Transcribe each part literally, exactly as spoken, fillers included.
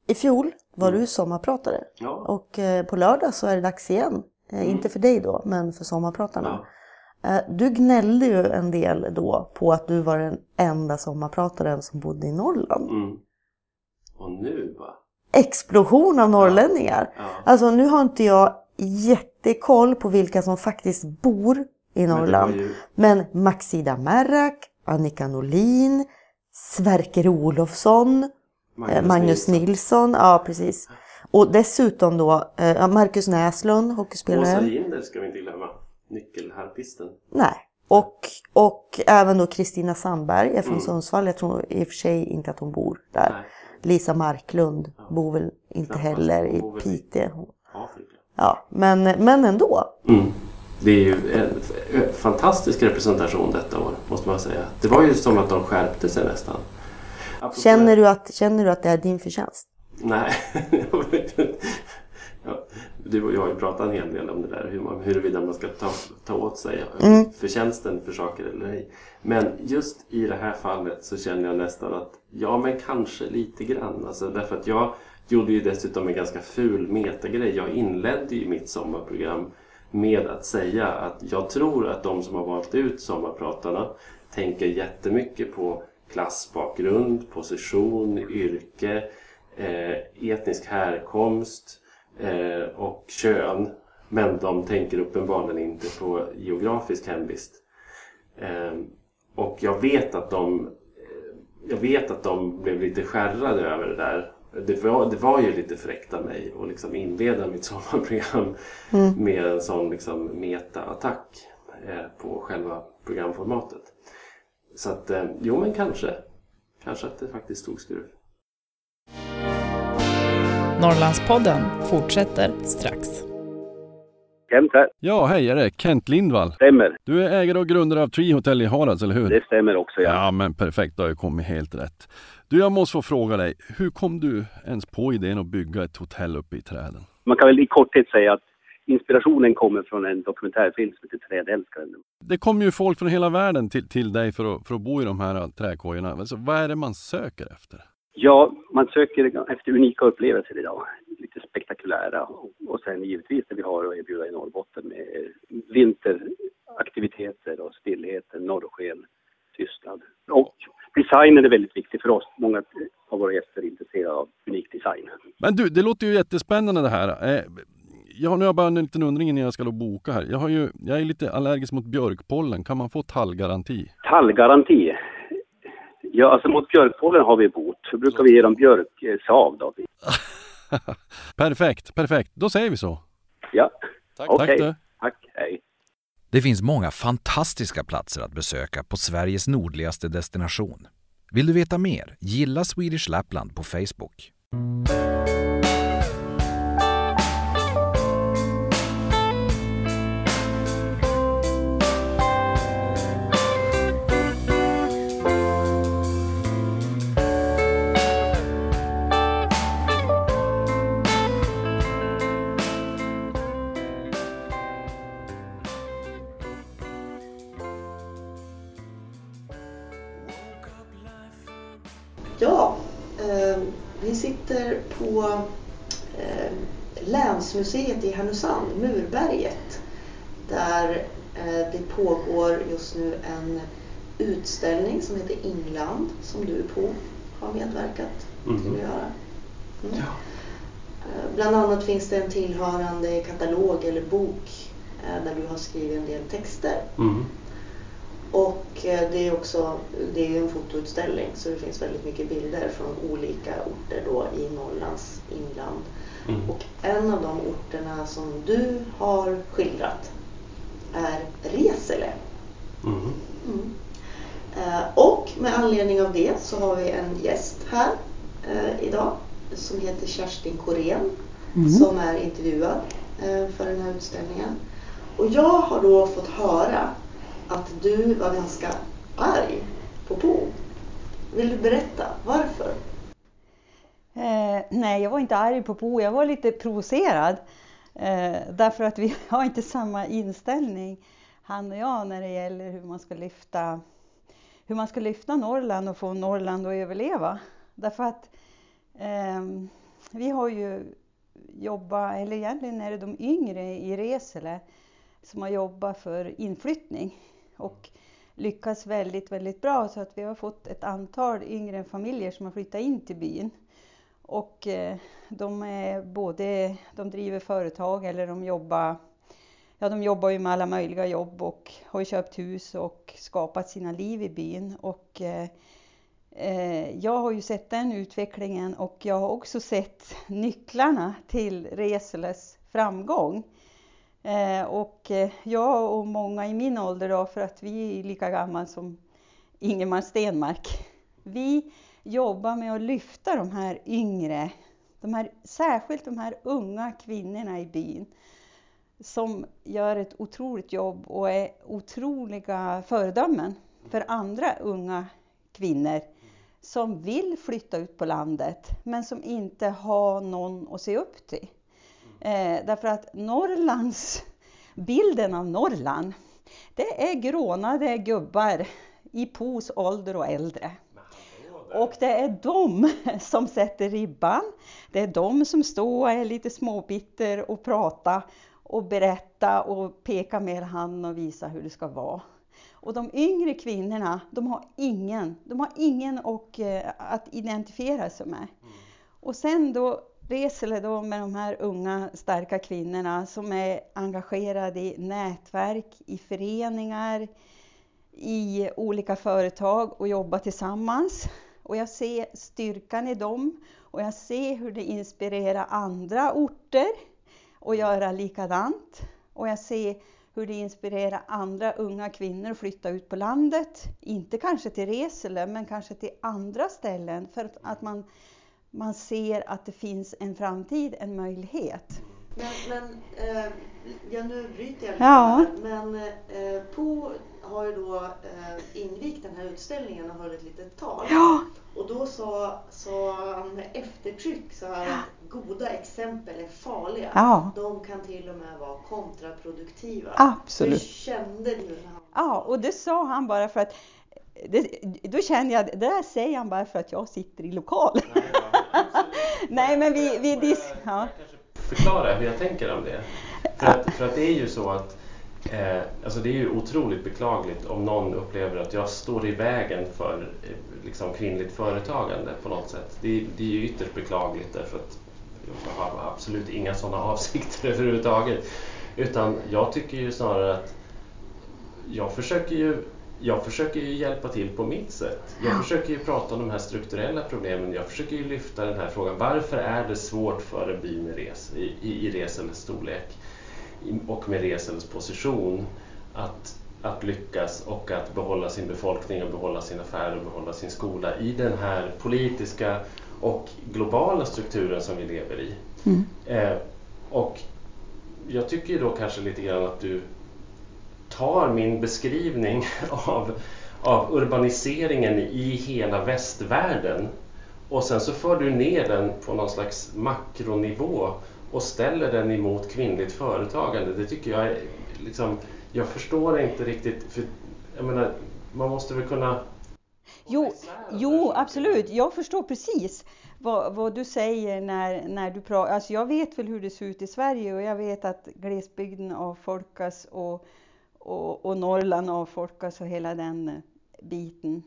I fjol var mm. du sommarpratare. Ja. Och eh, på lördag så är det dags igen. Eh, mm. Inte för dig då, men för sommarpratarna. Ja. Eh, du gnällde ju en del då på att du var den enda sommarprataren som bodde i Norrland. Mm. Och nu va? Explosion av norrlänningar. Ja. Ja. Alltså nu har inte jag jättekoll på vilka som faktiskt bor i Norrland. Men, ju... men Maxida Merrak, Annika Norlin, Sverker Olofsson, Magnus, eh, Magnus Nilsson. Nilsson. Ja, precis. Och dessutom då eh, Marcus Näslund, hockeyspelare. Åsa Ginder ska vi inte glömma. Nyckelharpisten. Nej. Och, och även då Kristina Sandberg är från mm. Sundsvall. Jag tror i och för sig inte att hon bor där. Nej. Lisa Marklund ja. bor väl inte ja, heller i Piteå. Ja, men, men ändå. Mm. Det är ju en fantastisk representation detta år, måste man säga. Det var ju som att de skärpte sig nästan. Känner du att, känner du att det är din förtjänst? Nej, ja, du och jag har ju pratat en hel del om det där. Hur man, huruvida man ska ta, ta åt sig mm. förtjänsten för saker eller ej. Men just i det här fallet så känner jag nästan att ja, men kanske lite grann. Alltså, därför att jag gjorde ju dessutom en ganska ful metagrej. Jag inledde ju mitt sommarprogram med att säga att jag tror att de som har valt ut sommarpratarna tänker jättemycket på klassbakgrund, position, yrke, eh, etnisk härkomst eh, och kön. Men de tänker uppenbarligen inte på geografisk hemvist. Eh, och jag vet att de jag vet att de blev lite skärrade över det där. Det var, det var ju lite fräckt av mig att liksom inleda mitt sommarprogram mm. med en sån liksom meta-attack eh, på själva programformatet. Så att, eh, jo men kanske. Kanske att det faktiskt tog skruv. Norrlandspodden fortsätter strax. Kent här. Ja, hej, är det Kent Lindvall? Stämmer. Du är ägare och grundare av Tree Hotel i Harads, eller hur? Det stämmer också, ja. Ja, men perfekt, då har jag kommit helt rätt. Du, jag måste få fråga dig, hur kom du ens på idén att bygga ett hotell uppe i träden? Man kan väl i korthet säga att inspirationen kommer från en dokumentärfilm som heter Trädälskaren. Det kommer ju folk från hela världen till, till dig för att, för att bo i de här trädkojorna. Alltså, vad är det man söker efter? Ja, man söker efter unika upplevelser idag. Lite spektakulära. Och, och sen givetvis det vi har att erbjuda i Norrbotten med vinteraktiviteter och stillheter, norrsken, tystnad. Och designen är väldigt viktig för oss. Många av våra gäster är intresserade av unik design. Men du, det låter ju jättespännande det här. Jag har nu bara en liten undring innan jag ska då boka här. Jag, har ju, jag är lite allergisk mot björkpollen. Kan man få tallgaranti? Tallgaranti? Ja, alltså mot björkpollen har vi bot. Så brukar vi ge dem björksav då. Perfekt, perfekt. Då säger vi så. Ja, tack. Okay. Tack, du. Tack, hej. Det finns många fantastiska platser att besöka på Sveriges nordligaste destination. Vill du veta mer? Gilla Swedish Lapland på Facebook. Ja, eh, vi sitter på eh, Länsmuseet i Härnösand, Murberget, där eh, det pågår just nu en utställning som heter Inland, som du på har medverkat mm. till att göra. Mm. Ja. Eh, bland annat finns det en tillhörande katalog eller bok eh, där du har skrivit en del texter. Mm. Och det är också det är en fotoutställning, så det finns väldigt mycket bilder från olika orter då i Norrlands inland. Mm. Och en av de orterna som du har skildrat är Resele. Mm. Mm. Och med anledning av det så har vi en gäst här eh, idag som heter Kerstin Korén mm. som är intervjuad eh, för den här utställningen. Och jag har då fått höra att du var ganska arg på Po. Vill du berätta varför? Eh, nej, jag var inte arg på Po. Jag var lite provocerad. Eh, därför att vi har inte samma inställning, han och jag, när det gäller hur man ska lyfta, hur man ska lyfta Norrland och få Norrland att överleva. Därför att eh, vi har ju jobbat, eller egentligen är det de yngre i Resele som har jobbat för inflyttning och lyckats väldigt, väldigt bra, så att vi har fått ett antal yngre familjer som har flyttat in till byn. Och eh, de är både, de driver företag eller de jobbar, ja de jobbar ju med alla möjliga jobb och har ju köpt hus och skapat sina liv i byn. Och eh, eh, jag har ju sett den utvecklingen och jag har också sett nycklarna till Reseles framgång. Eh, och eh, jag och många i min ålder då, för att vi är lika gamla som Ingemar Stenmark. Vi jobbar med att lyfta de här yngre, de här, särskilt de här unga kvinnorna i byn. Som gör ett otroligt jobb och är otroliga föredömen för andra unga kvinnor. Som vill flytta ut på landet men som inte har någon att se upp till. Eh, därför att Norrlands, bilden av Norrland, det är grånade gubbar i pos, ålder och äldre. Och det är de som sätter ribban. Det är de som står och är lite småbitter och pratar och berätta och peka med hand och visa hur det ska vara. Och de yngre kvinnorna, de har ingen, de har ingen och, eh, att identifiera sig med. Mm. Och sen då Resele då med de här unga starka kvinnorna som är engagerade i nätverk, i föreningar, i olika företag och jobbar tillsammans. Och jag ser styrkan i dem och jag ser hur det inspirerar andra orter att göra likadant. Och jag ser hur det inspirerar andra unga kvinnor att flytta ut på landet. Inte kanske till Resele men kanske till andra ställen för att man, man ser att det finns en framtid, en möjlighet. Men, men eh, ja, nu bryter jag lite ja. här, men eh, Po har ju då eh, invigt den här utställningen och höll ett litet tal. Ja. Och då sa, sa han med eftertryck så här att goda exempel är farliga. Ja. De kan till och med vara kontraproduktiva. Absolut. Hur kände du när han... Ja, och det sa han bara för att det, då känner jag, det där säger han bara för att jag sitter i lokal. Nej, ja, Nej men vi... vi dis- ja. Förklara hur jag tänker om det. För att, för att det är ju så att eh, alltså det är ju otroligt beklagligt om någon upplever att jag står i vägen för eh, liksom kvinnligt företagande på något sätt. Det, det är ju ytterst beklagligt därför att jag har absolut inga sådana avsikter överhuvudtaget. Utan jag tycker ju snarare att jag försöker ju Jag försöker ju hjälpa till på mitt sätt. Jag försöker ju prata om de här strukturella problemen. Jag försöker ju lyfta den här frågan. Varför är det svårt för en by med res, i, i, i Reseles storlek och med Reseles position att, att lyckas och att behålla sin befolkning och behålla sin affär och behålla sin skola i den här politiska och globala strukturen som vi lever i. Mm. Eh, och jag tycker ju då kanske lite grann att du tar min beskrivning av, av urbaniseringen i hela västvärlden och sen så för du ner den på någon slags makronivå och ställer den emot kvinnligt företagande. Det tycker jag är liksom, jag förstår inte riktigt, för jag menar, man måste väl kunna... Jo, jo absolut, jag förstår precis vad, vad du säger när, när du pratar. Alltså jag vet väl hur det ser ut i Sverige och jag vet att glesbygden avfolkas och Och, och Norrland avfolkas och hela den biten.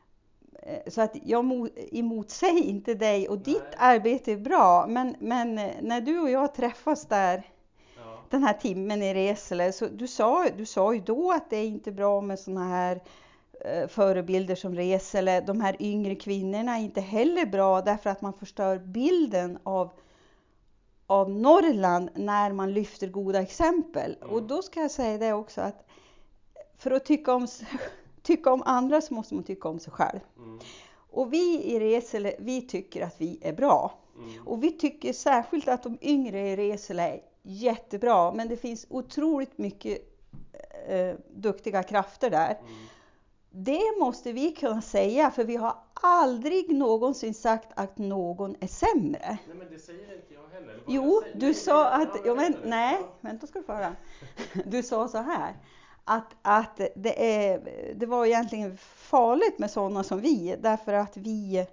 Så att jag emotsäger inte dig och ditt Nej. arbete är bra. Men, men när du och jag träffas där ja. den här timmen i Resele. Så du sa, du sa ju då att det är inte bra med såna här eh, förebilder som Resele. De här yngre kvinnorna är inte heller bra därför att man förstör bilden av av Norrland när man lyfter goda exempel. Mm. Och då ska jag säga det också att för att tycka om, tycka om andra så måste man tycka om sig själv. Mm. Och vi i Resele, vi tycker att vi är bra. Mm. Och vi tycker särskilt att de yngre i Resele är jättebra. Men det finns otroligt mycket eh, duktiga krafter där. Mm. Det måste vi kunna säga för vi har aldrig någonsin sagt att någon är sämre. Nej men det säger inte jag heller. Jo, du sa att, ja, men, nej, vänta ska du få höra. Du sa så här, att, att det, är, det var egentligen farligt med sådana som vi, därför att vi,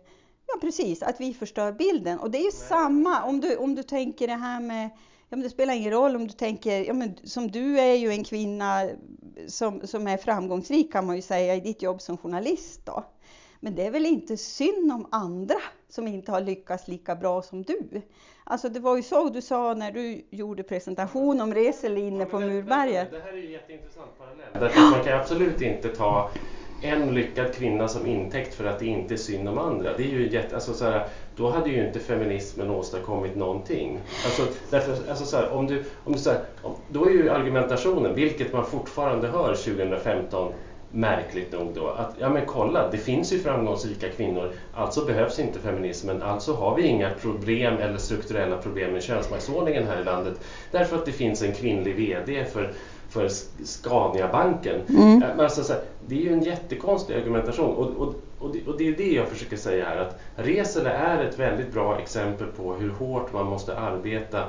Ja, precis. Att vi förstör bilden. Och det är ju Nej. samma om du, om du tänker det här med... Ja, men det spelar ingen roll om du tänker... Ja, men som du är ju en kvinna som, som är framgångsrik kan man ju säga i ditt jobb som journalist då. Men det är väl inte synd om andra som inte har lyckats lika bra som du. Alltså det var ju så du sa när du gjorde presentation om Resele inne på Murberget. Det här är ju jätteintressant parallell. Därför att man kan absolut inte ta en lyckad kvinna som intäkt för att det inte är synd om andra. Det är ju jätte, alltså så här, då hade ju inte feminismen åstadkommit någonting. Alltså, därför, alltså så här, om du, om du så här, om, då är ju argumentationen, vilket man fortfarande hör tjugohundrafemton, märkligt nog då, att ja men kolla, det finns ju framgångsrika kvinnor, alltså behövs inte feminismen, alltså har vi inga problem eller strukturella problem med könsmaktsordningen här i landet, därför att det finns en kvinnlig vd för för Scania-banken. Mm. Men alltså, så här, det är ju en jättekonstig argumentation och, och, och, det, och det är det jag försöker säga här, att Resele är ett väldigt bra exempel på hur hårt man måste arbeta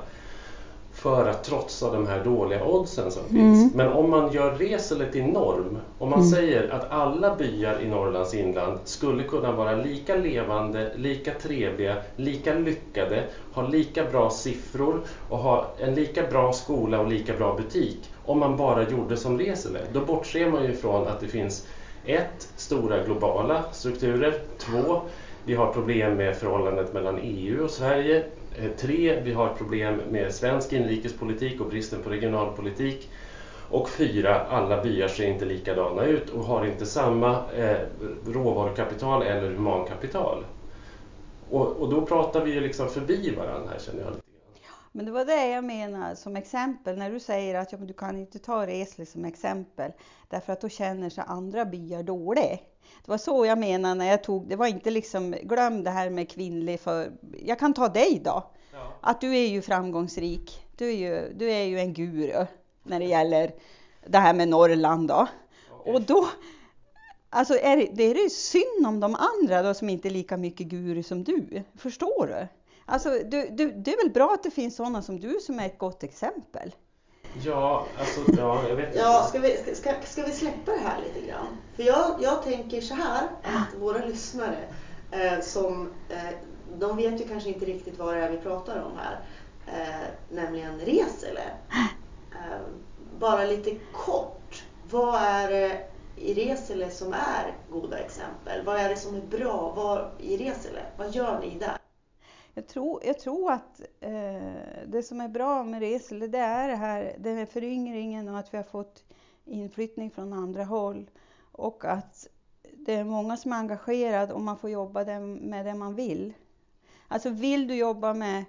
för att trotsa de här dåliga oddsen som mm. finns. Men om man gör Resele till norm, om man mm. säger att alla byar i Norrlands inland skulle kunna vara lika levande, lika trevliga, lika lyckade, ha lika bra siffror och ha en lika bra skola och lika bra butik, om man bara gjorde som Resele, då bortser man ju från att det finns ett, stora globala strukturer, två, vi har problem med förhållandet mellan E U och Sverige, tre, vi har problem med svensk inrikespolitik och bristen på regionalpolitik, och fyra, alla byar ser inte likadana ut och har inte samma eh, råvarukapital eller humankapital. Och, och då pratar vi ju liksom förbi varandra här, känner jag lite. Men det var det jag menar som exempel, när du säger att ja, men du kan inte ta Resele som exempel därför att då känner sig andra byar dåligt. Det var så jag menar när jag tog, det var inte liksom, glöm det här med kvinnlig, för jag kan ta dig då. Ja. Att du är ju framgångsrik, du är ju, du är ju en guru när det gäller det här med Norrland då. Okay. Och då, alltså är det, det är det synd om de andra då som inte är lika mycket guru som du, förstår du? Alltså, du, du, det är väl bra att det finns sådana som du som är ett gott exempel. Ja, alltså, ja, jag vet inte. Ja, ska vi, ska, ska vi släppa det här lite grann? För jag, jag tänker så här, att våra lyssnare, eh, som, eh, de vet ju kanske inte riktigt vad det är vi pratar om här, eh, nämligen Resele. Eh, bara lite kort, vad är det i Resele som är goda exempel? Vad är det som är bra vad, i Resele? Vad gör ni där? Jag tror, jag tror att eh, det som är bra med Resele, det är det här, den här föryngringen och att vi har fått inflyttning från andra håll. Och att det är många som är engagerade och man får jobba med det man vill. Alltså vill du jobba med,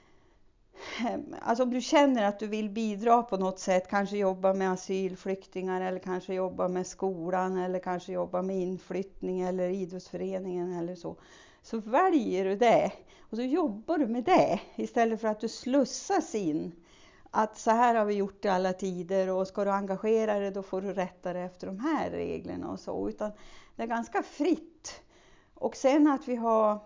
alltså om du känner att du vill bidra på något sätt, kanske jobba med asylflyktingar eller kanske jobba med skolan eller kanske jobba med inflyttning eller idrottsföreningen eller så. Så väljer du det och så jobbar du med det istället för att du slussas in. Att så här har vi gjort i alla tider och ska du engagera dig då får du rätta dig efter de här reglerna och så. Utan det är ganska fritt. Och sen att vi har,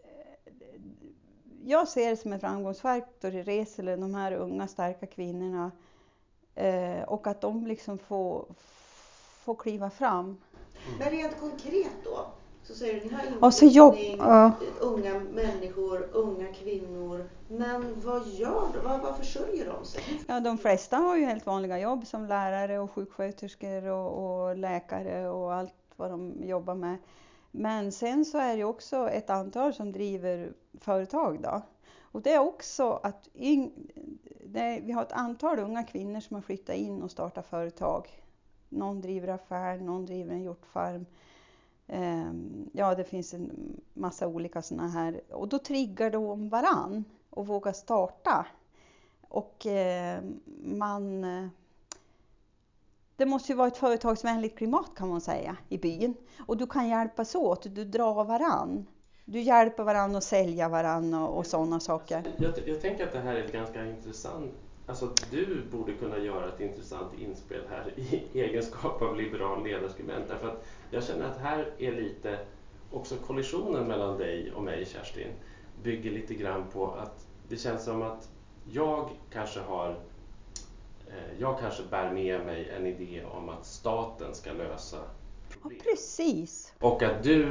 jag ser det som en framgångsfaktor i Resele, de här unga starka kvinnorna. Och att de liksom får, får kliva fram. Men rent konkret då? Så säger du, ni har inflyttning, ja. unga människor, unga kvinnor. Men vad gör de? Vad, vad försörjer de sig? Ja, de flesta har ju helt vanliga jobb som lärare och sjuksköterskor och, och läkare och allt vad de jobbar med. Men sen så är det också ett antal som driver företag då. Och det är också att yng, det, vi har ett antal unga kvinnor som har flyttat in och startat företag. Någon driver affär, någon driver en hjortfarm. Ja, det finns en massa olika sådana här. Och då triggar de varann och vågar starta. Och eh, man... Det måste ju vara ett företagsvänligt klimat kan man säga i byn. Och du kan hjälpas åt, du drar varann. Du hjälper varann och sälja varann och, och sådana saker. Jag, jag tänker att det här är ett ganska intressant... Alltså du borde kunna göra ett intressant inspel här i egenskap av liberal ledarskribent. Därför att jag känner att här är lite, också kollisionen mellan dig och mig, Kerstin, bygger lite grann på att det känns som att jag kanske har, eh, jag kanske bär med mig en idé om att staten ska lösa problem. Ja, precis. Och att du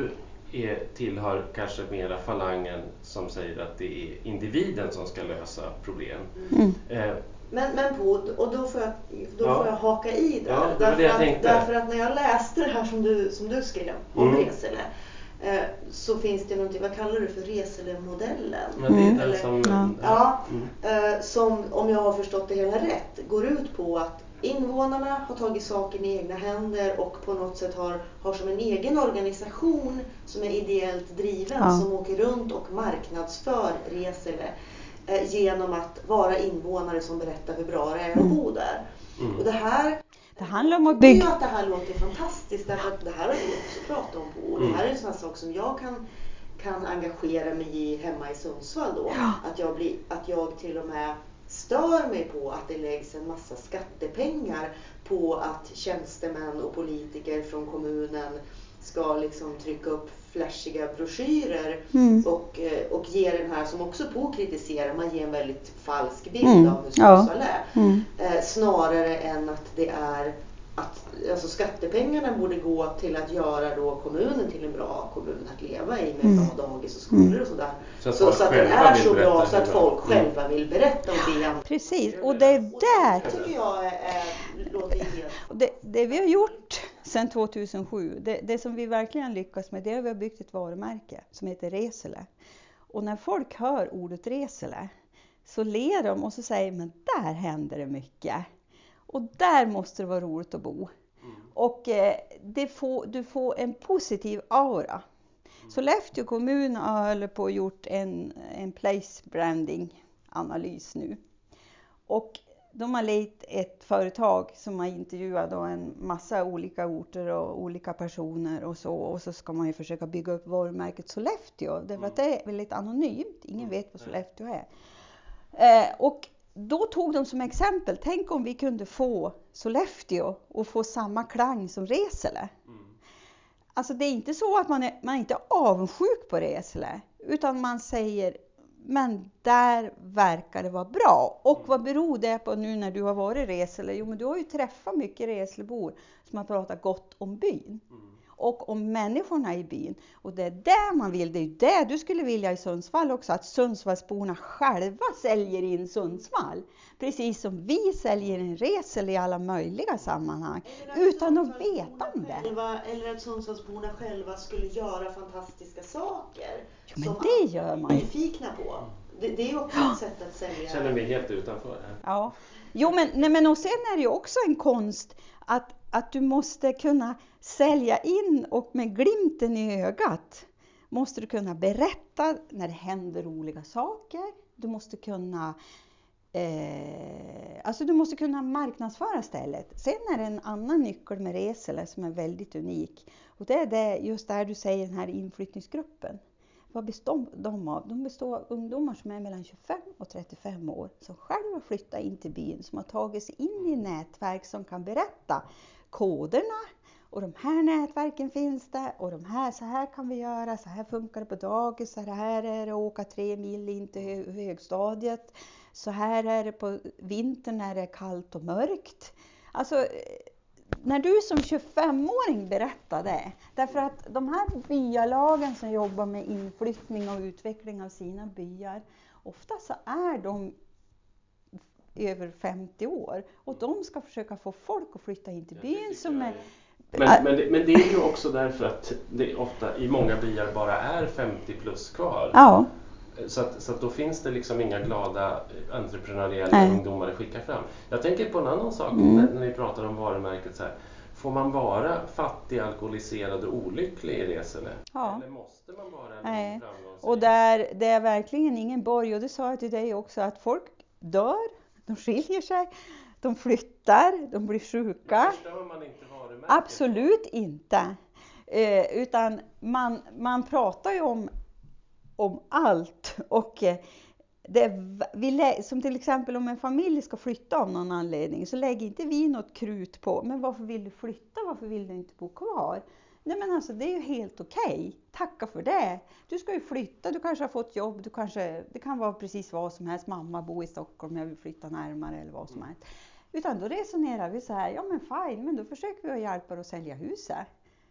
är, tillhör kanske mera falangen som säger att det är individen som ska lösa problem. Mm. Eh, Men, men på, och då får jag, då Ja. får jag haka i där. Ja, det var det därför, jag att, tänkte. därför att när jag läste det här som du, som du skrev om Mm. Resele, eh, så finns det någonting, vad kallar du för Resele-modellen? men det är Mm. den som... Ja. Ja, Mm. eh, som om jag har förstått det hela rätt går ut på att invånarna har tagit saken i egna händer och på något sätt har, har som en egen organisation som är ideellt driven Ja. som åker runt och marknadsför Resele eh, genom att vara invånare som berättar hur bra det är att Mm. bo där. Mm. Och det här, Det handlar om att det är ju bygga. att det här låter fantastiskt därför att det här har vi också pratat om på. Och det här är en sån här sak som jag kan, kan engagera mig i hemma i Sundsvall då. Ja. Att, jag blir, att jag till och med stör mig på att det läggs en massa skattepengar på att tjänstemän och politiker från kommunen ska liksom trycka upp flashiga broschyrer Mm. och, eh, och ge den här, som också på kritiserar, man ger en väldigt falsk bild Mm. av hur Ja. Sundsvall är. Mm. Eh, snarare än att det är att alltså skattepengarna borde gå till att göra då kommunen till en bra kommun att leva i med Mm. bra dagis och skolor och sådär. Så att Så, folk så att den själva är vill så berätta bra hur så att bra. folk Mm. själva vill berätta och be andra. Precis, och det är där. Det tycker jag är, är, låter helt... Och det, det vi har gjort sedan tvåtusensju, det, det som vi verkligen lyckas med, det är att vi har byggt ett varumärke som heter Resele. Och när folk hör ordet Resele så ler de och så säger, men där händer det mycket. Och där måste det vara roligt att bo. Och eh, det får, du får en positiv aura. Sollefteå kommun har på gjort en, en place branding analys nu. Och de har lett ett företag som har intervjuat då en massa olika orter och olika personer och så. Och så ska man ju försöka bygga upp varumärket Sollefteå. Därför att det är väldigt anonymt. Ingen vet vad Sollefteå är. Eh, och då tog de som exempel, tänk om vi kunde få Sollefteå och få samma klang som Resele. Alltså det är inte så att man är, man är inte avundsjuk på Resele. Utan man säger, men där verkar det vara bra. Och vad beror det på nu när du har varit i Resele? Jo, men du har ju träffat mycket Reselebor som har pratat gott om byn. Och om människorna i byn. Och det är det man vill, det är ju det du skulle vilja i Sundsvall också. Att Sundsvallsborna själva säljer in Sundsvall. Precis som vi säljer in Resele i alla möjliga sammanhang. Utan att veta om det. Själva, eller att Sundsvallsborna själva skulle göra fantastiska saker. Jo, men som det alla gör man är ju. nyfikna på. Det, det är ju också ett sätt att sälja. Jag känner mig helt utanför här. Ja. Jo, men, nej, men och sen är det ju också en konst att, att du måste kunna sälja in och med glimten i ögat måste du kunna berätta när det händer roliga saker. Du måste kunna eh, alltså du måste kunna marknadsföra stället. Sen är det en annan nyckel med Resele som är väldigt unik. Och det är det, just där du säger den här inflyttningsgruppen. Vad består de av? De består av ungdomar som är mellan tjugofem och trettiofem år. Som själva flyttar in till byn. Som har tagit sig in i nätverk som kan berätta koderna. Och de här nätverken finns där. Och de här, så här kan vi göra. Så här funkar det på dagis. Så här är det att åka tre mil in till hö- högstadiet. Så här är det på vintern när det är kallt och mörkt. Alltså... När du som tjugofemåring berättar det, därför att de här byalagen som jobbar med inflyttning och utveckling av sina byar, ofta så är de över femtio år och de ska försöka få folk att flytta in till byn som är... Men, men, det, men det är ju också därför att det ofta i många byar bara är femtio plus kvar. Ja. Så att, så att då finns det liksom inga glada entreprenöriella Nej. ungdomar att skicka fram. Jag tänker på en annan sak Mm. när, när vi pratar om varumärket så här. Får man vara fattig, alkoholiserad och olycklig i Resele? Ja. Eller måste man vara en Nej. framgångsrik? Och där, det är verkligen ingen borg, och det sa jag till dig också, att folk dör, de skiljer sig, de flyttar, de blir sjuka. Förstör man inte varumärket? Absolut inte. Eh, utan man, man pratar ju om, om allt. Och eh, det, vi lä- som till exempel om en familj ska flytta av någon anledning, så lägger inte vi något krut på. Men varför vill du flytta? Varför vill du inte bo kvar? Nej, men alltså det är ju helt okej. Tacka för det. Du ska ju flytta, du kanske har fått jobb, du kanske, det kan vara precis vad som helst. Mamma bor i Stockholm, jag vill flytta närmare eller vad som helst. Utan då resonerar vi så här, ja men fine, men då försöker vi att hjälpa dig att sälja huset.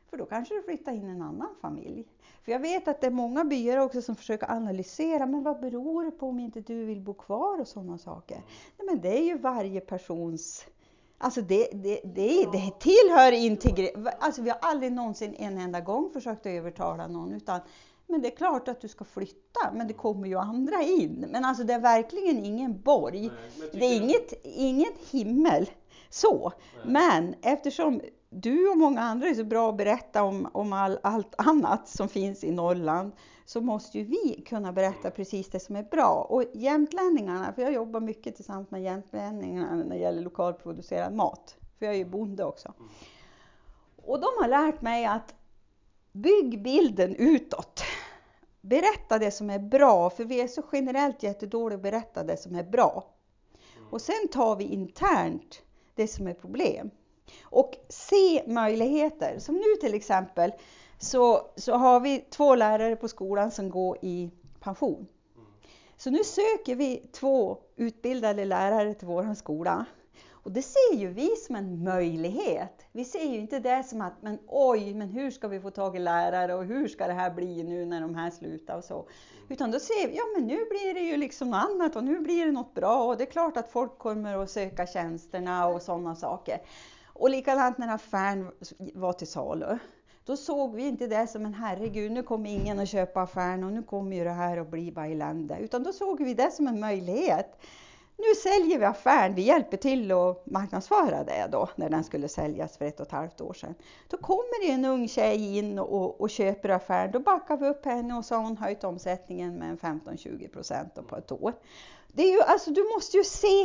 För då kanske det flyttar in en annan familj. För jag vet att det är många byar också som försöker analysera. Men vad beror det på om inte du vill bo kvar och sådana saker? Nej, men det är ju varje persons... Alltså det, det, det, det tillhör integrering. Alltså vi har aldrig någonsin en enda gång försökt övertala någon. Utan, men det är klart att du ska flytta. Men det kommer ju andra in. Men alltså det är verkligen ingen borg. Nej, det är inget, inget himmel. Så. Nej. Men eftersom du och många andra är så bra att berätta om, om all, allt annat som finns i Norrland. Så måste ju vi kunna berätta precis det som är bra. Och jämtlänningarna, för jag jobbar mycket tillsammans med jämtlänningarna när det gäller lokalproducerad mat. För jag är ju bonde också. Och de har lärt mig att bygg bilden utåt. Berätta det som är bra, för vi är så generellt jättedåliga att berätta det som är bra. Och sen tar vi internt det som är problem. Och se möjligheter. Som nu till exempel så, så har vi två lärare på skolan som går i pension. Så nu söker vi två utbildade lärare till vår skola. Och det ser ju vi som en möjlighet. Vi ser ju inte det som att, men oj, men hur ska vi få tag i lärare och hur ska det här bli nu när de här slutar och så. Utan då ser vi, ja men nu blir det ju liksom något annat och nu blir det något bra. Och det är klart att folk kommer att söka tjänsterna och sådana saker. Och likadant när affären var till salu. Då såg vi inte det som en herregud, nu kommer ingen att köpa affären och nu kommer ju det här att bli bara elände. Utan då såg vi det som en möjlighet. Nu säljer vi affären, vi hjälper till att marknadsföra det då, när den skulle säljas för ett och ett halvt år sedan. Då kommer det en ung tjej in och, och köper affären, då backar vi upp henne och så har hon höjt omsättningen med femton till tjugo procent på ett år. Det är ju, alltså du måste ju se,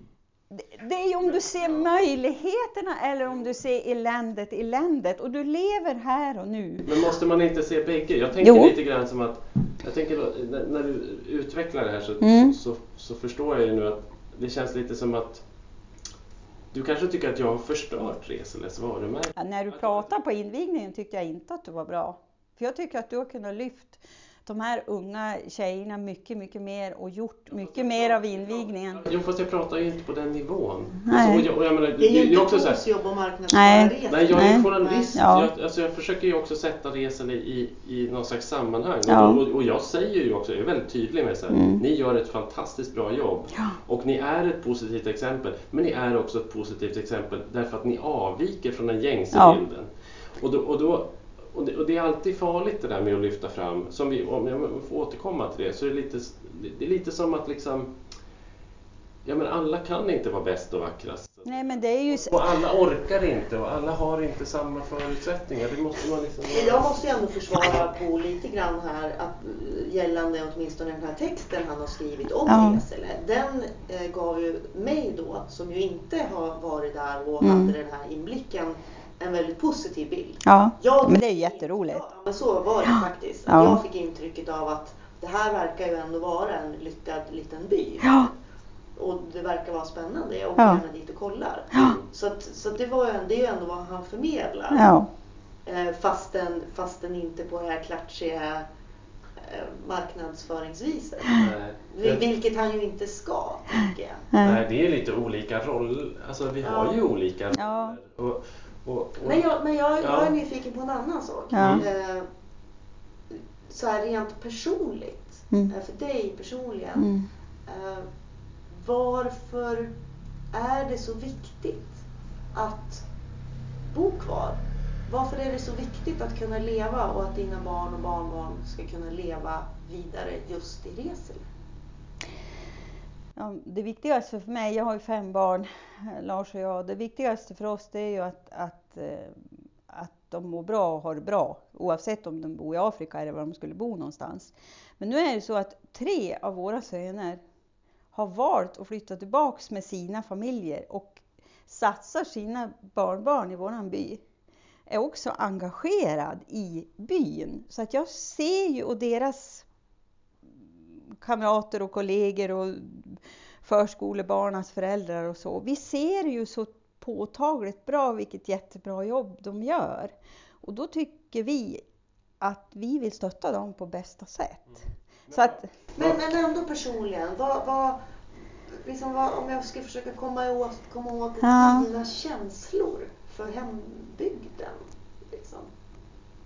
det är ju om du ser möjligheterna eller om du ser eländet, eländet och du lever här och nu. Men måste man inte se bägge? Jag tänker jo. lite grann som att, jag tänker när du utvecklar det här så, mm. så, så, så förstår jag ju nu att det känns lite som att du kanske tycker att jag har förstört Reseles varumärke. Ja, när du pratar på invigningen tyckte jag inte att du var bra. För jag tycker att du har kunnat lyfta de här unga tjejerna mycket, mycket mer och gjort mycket mer av invigningen. Jo, fast jag pratar ju inte på den nivån. Nej. Alltså, och jag, och jag menar, det är ju inte också så jobb och marknadsföra Nej. resor. Nej, jag är ju journalist. Ja. Jag, alltså, jag försöker ju också sätta Resele i, i någon slags sammanhang. Ja. Och, och jag säger ju också, jag är väldigt tydlig med så här, mm. ni gör ett fantastiskt bra jobb. Ja. Och ni är ett positivt exempel. Men ni är också ett positivt exempel därför att ni avviker från den gängse ja. bilden. Och då... Och då Och det, och det är alltid farligt det där med att lyfta fram. Som vi, om jag får återkomma till det, så är det lite, det är lite som att liksom... Ja, men alla kan inte vara bäst och vackrast. Nej, men det är ju... Och alla orkar inte och alla har inte samma förutsättningar. Det måste man liksom... Jag måste ju ändå försvara på lite grann här att gällande åtminstone den här texten han har skrivit om ja. Resele. Den eh, gav ju mig då, som ju inte har varit där och mm. hade den här inblicken, en väldigt positiv bild. Ja, jag, men det är jätteroligt. Ja, men så var det faktiskt. Ja. Jag fick intrycket av att det här verkar ju ändå vara en lyckad liten by. Ja. Och det verkar vara spännande. Jag åker ja. gärna dit och kollar. Ja. Så, att, så att det, var ju, det är ju ändå vad han förmedlar. Ja. Eh, fastän, fastän inte på det här klatschiga eh, marknadsföringsviset. Nej. Vilket han ju inte ska, tycker jag. Nej, det är lite olika roller. Alltså vi har ja. ju olika roller. Ja. Och, och, och, men jag, men jag, ja. jag är nyfiken på en annan sak. Ja. Eh, så här rent personligt. Mm. Eh, för dig personligen. Mm. Eh, varför är det så viktigt att bo kvar? Varför är det så viktigt att kunna leva och att dina barn och barnbarn ska kunna leva vidare just i Resele? Ja, det viktigaste för mig, jag har ju fem barn, Lars och jag. Det viktigaste för oss det är ju att, att, att de mår bra och har det bra. Oavsett om de bor i Afrika eller var de skulle bo någonstans. Men nu är det så att tre av våra söner har valt att flytta tillbaka med sina familjer och satsar sina barnbarn i våran by. Är också engagerad i byn. Så att jag ser ju och deras kamrater och kollegor och förskolebarnas föräldrar och så. Vi ser ju så påtagligt bra vilket jättebra jobb de gör. Och då tycker vi att vi vill stötta dem på bästa sätt. Mm. Så att, men, men ändå personligen, vad, vad, liksom vad, om jag ska försöka komma åt, komma åt ja. dina känslor för hembygden. Liksom.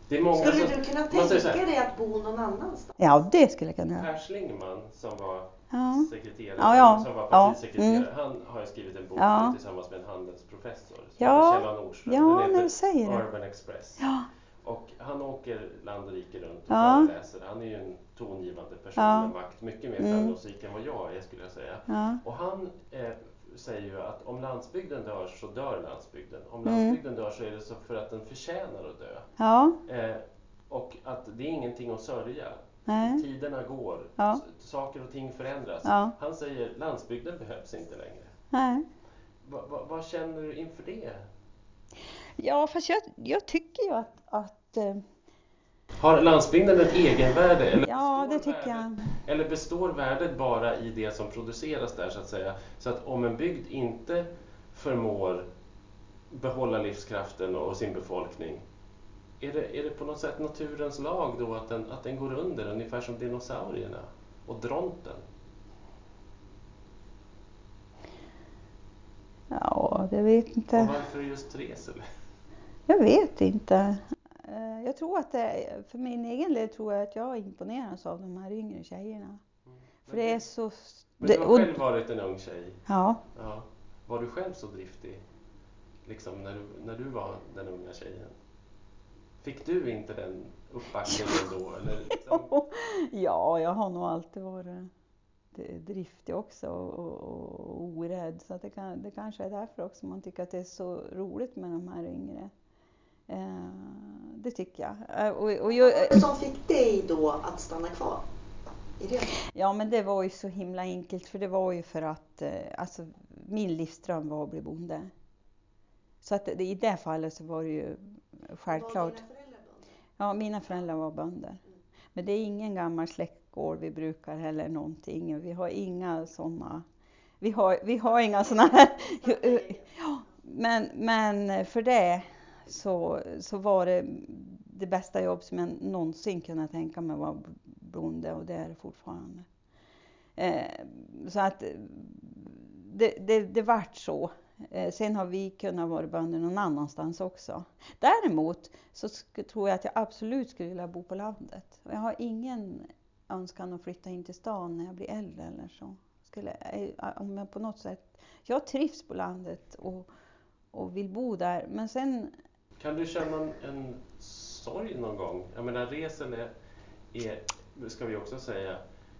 Det är många Skulle som, du kunna man säger så tänka här, dig att bo någon annanstans? Ja, det skulle jag kunna göra. Per Schlingmann som var Ja. sekreterare, Ja, ja. som var Ja. partisekreterare, Mm. han har ju skrivit en bok Ja. tillsammans med en handelsprofessor som Ja. heter Kjell Nordström. Ja, Den när du heter säger det. Urban Express. Ja. Och han åker land och rike runt och Ja. föreläser. Han är ju en tongivande person Ja. med makt, mycket mer Mm. framgångsrik än vad jag är skulle jag säga. Ja. Och han eh, säger ju att om landsbygden dör så dör landsbygden. Om Mm. landsbygden dör så är det så för att den förtjänar att dö. Ja. Eh, och att det är ingenting att sörja. Nej. Tiderna går, Ja. S- saker och ting förändras. Ja. Han säger landsbygden behövs inte längre. Nej. Va, va, vad känner du inför det? Ja, fast jag, jag tycker ju att... att eh, Har landsbygden ett egenvärde? Eller ja, det består tycker värdet, jag. Eller består värdet bara i det som produceras där så att säga? Så att om en bygd inte förmår behålla livskraften och sin befolkning, är det, är det på något sätt naturens lag då att den, att den går under, ungefär som dinosaurierna och dronten? Ja, det vet Och inte. varför just Tresele? Jag vet inte. Eh, Jag tror att det, för min egen del tror jag att jag imponeras av de här yngre tjejerna. För det är så... Men det- du har och- själv varit en ung tjej. Ja. Ja. Var du själv så driftig liksom när du, när du var den unga tjejen? Fick du inte den uppbackningen då? Eller liksom? Ja, jag har nog alltid varit d- driftig också och, och, och orädd. Så att det, kan, det kanske är därför också man tycker att det är så roligt med de här yngre. Eh, det tycker jag. Eh, och, och jag Vad var det som fick dig då att stanna kvar i det? ja, men det var ju så himla enkelt. För det var ju för att eh, alltså, min livsdröm var att bli bonde. Så att det, i det fallet så var det ju självklart. Var dina föräldrar bönder? Ja, mina föräldrar var bönder. Men det är ingen gammal släktgård vi brukar heller någonting. Vi har inga sådana. Vi har, vi har inga sådana här. Ja, men, men för det så, så var det det bästa jobb som jag någonsin kunde tänka mig var bonde, och det är det fortfarande. Eh, så att det, det, det vart så. Eh, sen har vi kunnat vara bönder någon annanstans också. Däremot så sk- tror jag att jag absolut skulle vilja bo på landet. Och jag har ingen önskan att flytta in till stan när jag blir äldre eller så. Skulle, eh, om jag på något sätt, jag trivs på landet och, och vill bo där. Men sen, Kan du känna en, en sorg någon gång? Jag menar, Resele är, ska vi också säga,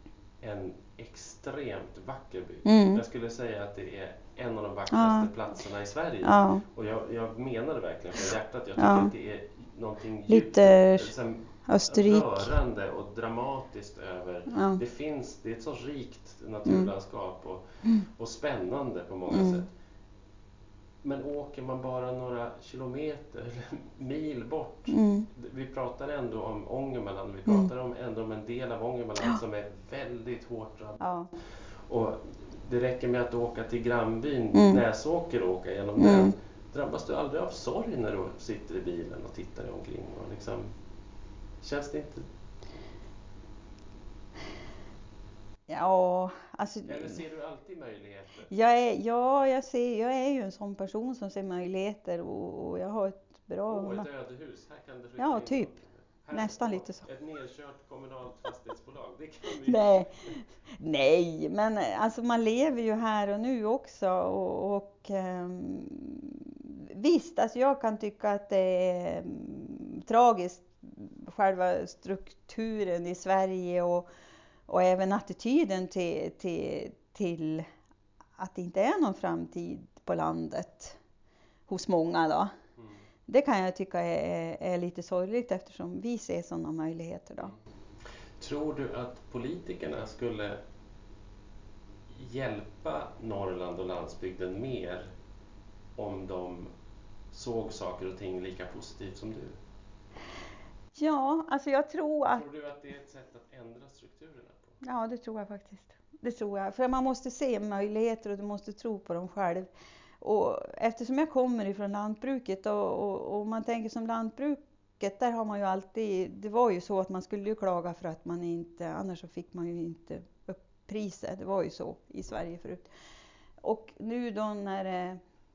en extremt vacker bygd. Mm. Jag skulle säga att det är en av de vackraste Ja. platserna i Sverige. ja, Och jag, jag menar det verkligen från hjärtat. Jag tycker Ja. att det är någonting Lite djupt, liksom, Österrike. rörande och dramatiskt över. Ja. Det finns, det är ett så rikt naturlandskap och, Mm. och spännande på många Mm. sätt. Men åker man bara några kilometer eller mil bort, Mm. vi pratar ändå om Ångermanland, vi Mm. pratar om ändå om en del av Ångermanland som är väldigt hårt drabbad. Ja. Och det räcker med att åka till grannbyn Mm. Näsåker och åka genom Mm. den. Drabbas du aldrig av sorg när du sitter i bilen och tittar dig omkring? Och liksom, känns det inte... Ja, alltså... Eller ser du alltid möjligheter? Jag är, ja, jag, ser, jag är ju en sån person som ser möjligheter, och, och jag har ett bra... Åh, ett ödehus, här kan du flytta Ja, in. typ. Här, Nästan åh, lite så. Ett nedkört kommunalt fastighetsbolag, det kan vi... Nej, nej, men alltså man lever ju här och nu också, och, och ehm, visst, alltså jag kan tycka att det är um, tragiskt, själva strukturen i Sverige och, och även attityden till, till, till att det inte är någon framtid på landet hos många då. Mm. Det kan jag tycka är, är lite sorgligt, eftersom vi ser sådana möjligheter då. Tror du att politikerna skulle hjälpa Norrland och landsbygden mer om de såg saker och ting lika positivt som du? Ja, alltså jag tror att... Tror du att det är ett sätt att ändra strukturerna på? Ja, det tror jag faktiskt. Det tror jag. För man måste se möjligheter och du måste tro på dem själv. Och eftersom jag kommer ifrån lantbruket och, och, och man tänker som lantbruket, där har man ju alltid... Det var ju så att man skulle ju klaga för att man inte... Annars så fick man ju inte upp priset. Det var ju så i Sverige förut. Och nu då när det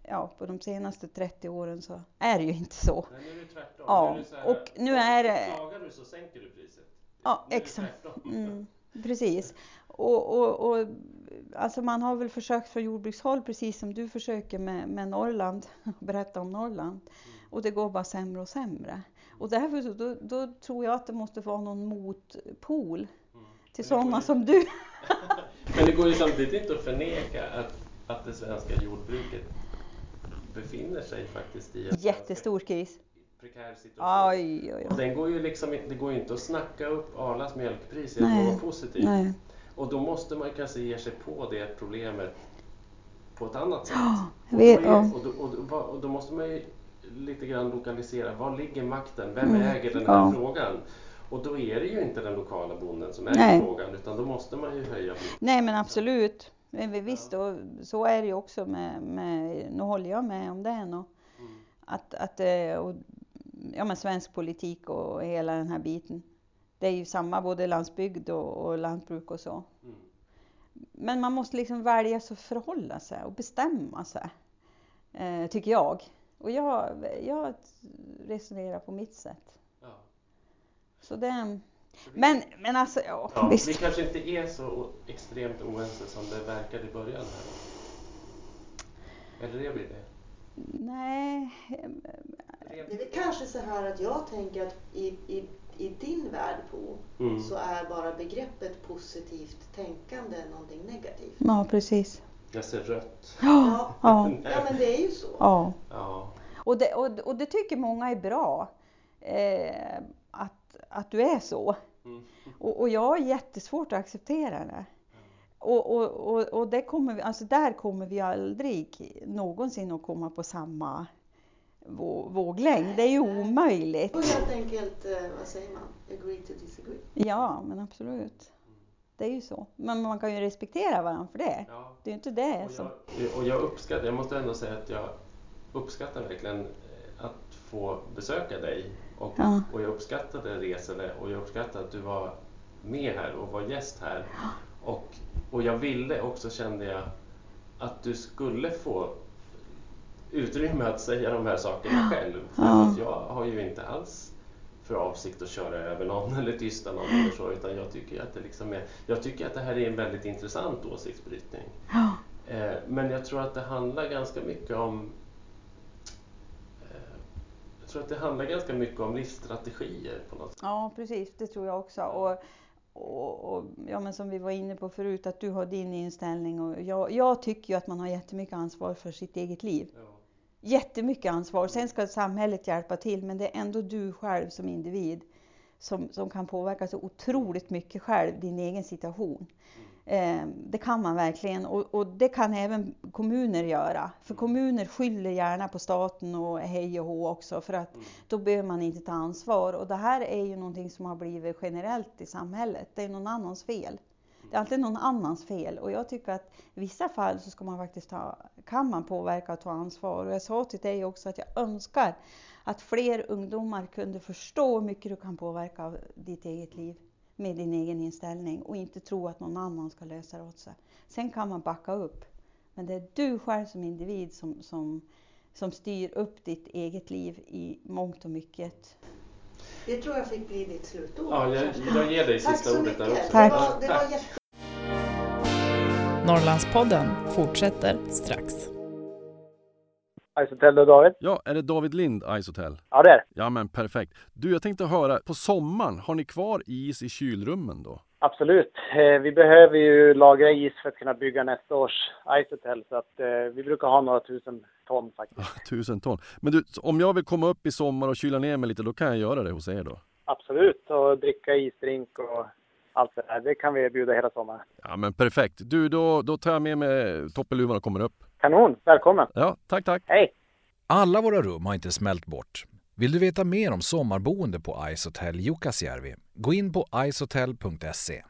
ja, på de senaste trettio åren så är det ju inte så. Nej, nu är det tvärtom. Ja, Nu är det så här, och nu är det... klagar du så sänker du priset. Ja, Nu är det exakt. tvärtom. Mm, precis. Och, och, och alltså man har väl försökt från jordbrukshåll, precis som du försöker med, med Norrland, berätta om Norrland. Mm. Och det går bara sämre och sämre. Och därför så, då, då tror jag att det måste vara någon motpol mm. till sådana ju... som du. Men det går ju samtidigt inte att förneka att, att det svenska jordbruket befinner sig faktiskt i en jättestor kris. Prekär situation. Oj, oj, oj. Och den går ju liksom, det går ju inte att snacka upp Arlas mjölkpris i att vara positivt. Nej. Och då måste man kanske ge sig på det problemet på ett annat sätt. Oh, och, vi, då är, oh. och, då, och, då, och då måste man ju lite grann lokalisera, var ligger makten? Vem mm. äger den här oh. frågan? Och då är det ju inte den lokala bonden som äger Nej. frågan, utan då måste man ju höja. Nej, men absolut. Men visst, och så är det ju också med, med nu håller jag med om det nog. Mm. Att, att och, ja, men svensk politik och hela den här biten. Det är ju samma både landsbygd och, och lantbruk och så. Mm. Men man måste liksom välja sig att förhålla sig och bestämma sig. Eh, tycker jag. Och jag, jag resonerar på mitt sätt. Ja. Så det... Men, men alltså, ja, ja visst. Vi kanske inte är så extremt oense som det verkade i början här. Eller är vi det? Nej. Det är väl kanske så här att jag tänker att i, i, i din värld på mm. så är bara begreppet positivt tänkande någonting negativt. Ja, precis. Jag ser rött. Ja, ja. ja men det är ju så. Ja. Ja. Och, det, och, och det tycker många är bra. Eh, att, att du är så. Mm. Och, och jag har jättesvårt att acceptera det. Och, och, och, och det kommer vi, alltså där kommer vi aldrig någonsin att komma på samma vå, våglängd. Det är ju omöjligt. Och helt enkelt, vad säger man? Agree to disagree. Ja, men absolut. Det är ju så. Men man kan ju respektera varandra för det. Ja. Det är ju inte det. Och som... jag, och jag uppskattar, jag måste ändå säga att jag uppskattar verkligen att få besöka dig. Och, ja. och jag uppskattade Resele och jag uppskattade att du var med här och var gäst här. Och, och jag ville också, kände jag, att du skulle få utrymme att säga de här sakerna själv. För ja. att jag har ju inte alls för avsikt att köra över någon eller tysta någon eller så, utan jag tycker att det liksom är, jag tycker att det här är en väldigt intressant åsiktsbrytning. Ja. Eh, men jag tror att det handlar ganska mycket om eh, jag tror att det handlar ganska mycket om livsstrategier på något sätt. Ja, precis, det tror jag också. Och Och, och ja, men som vi var inne på förut, att du har din inställning och jag, jag tycker ju att man har jättemycket ansvar för sitt eget liv. Ja. Jättemycket ansvar. Sen ska samhället hjälpa till, men det är ändå du själv som individ som, som kan påverka så otroligt mycket själv, din egen situation. Mm. Eh, det kan man verkligen, och, och det kan även kommuner göra. För kommuner skyller gärna på staten och hej och hå också, för att mm. då behöver man inte ta ansvar. Och det här är ju någonting som har blivit generellt i samhället. Det är någon annans fel. Det är alltid någon annans fel. Och jag tycker att i vissa fall så ska man faktiskt ta, kan man påverka och ta ansvar. Och jag sa till dig också att jag önskar att fler ungdomar kunde förstå hur mycket du kan påverka ditt eget liv med din egen inställning och inte tro att någon annan ska lösa det åt sig. Sen kan man backa upp. Men det är du själv som individ som, som, som styr upp ditt eget liv i mångt och mycket. Det tror jag fick bli ditt slutord. Ja, jag, jag ger dig sista ordet där också. Tack. Det var, det var jätte... Norrlandspodden fortsätter strax. Icehotel och David. Ja, är det David Lind, Icehotel? Ja, det är det. Ja, men perfekt. Du, jag tänkte höra, på sommaren, har ni kvar is i kylrummen då? Absolut. Eh, vi behöver ju lagra is för att kunna bygga nästa års Icehotel, så att eh, vi brukar ha några tusen ton faktiskt. Ja, tusen ton. Men du, om jag vill komma upp i sommar och kyla ner mig lite, då kan jag göra det hos er då? Absolut, och dricka isdrink och allt det där. Det kan vi erbjuda hela sommaren. Ja, men perfekt. Du, då, då tar jag med mig toppeluvan och kommer upp. Kanon, välkommen. Ja, tack, tack. Hej. Alla våra rum har inte smält bort. Vill du veta mer om sommarboende på Icehotel Jukkasjärvi? Gå in på icehotel punkt se.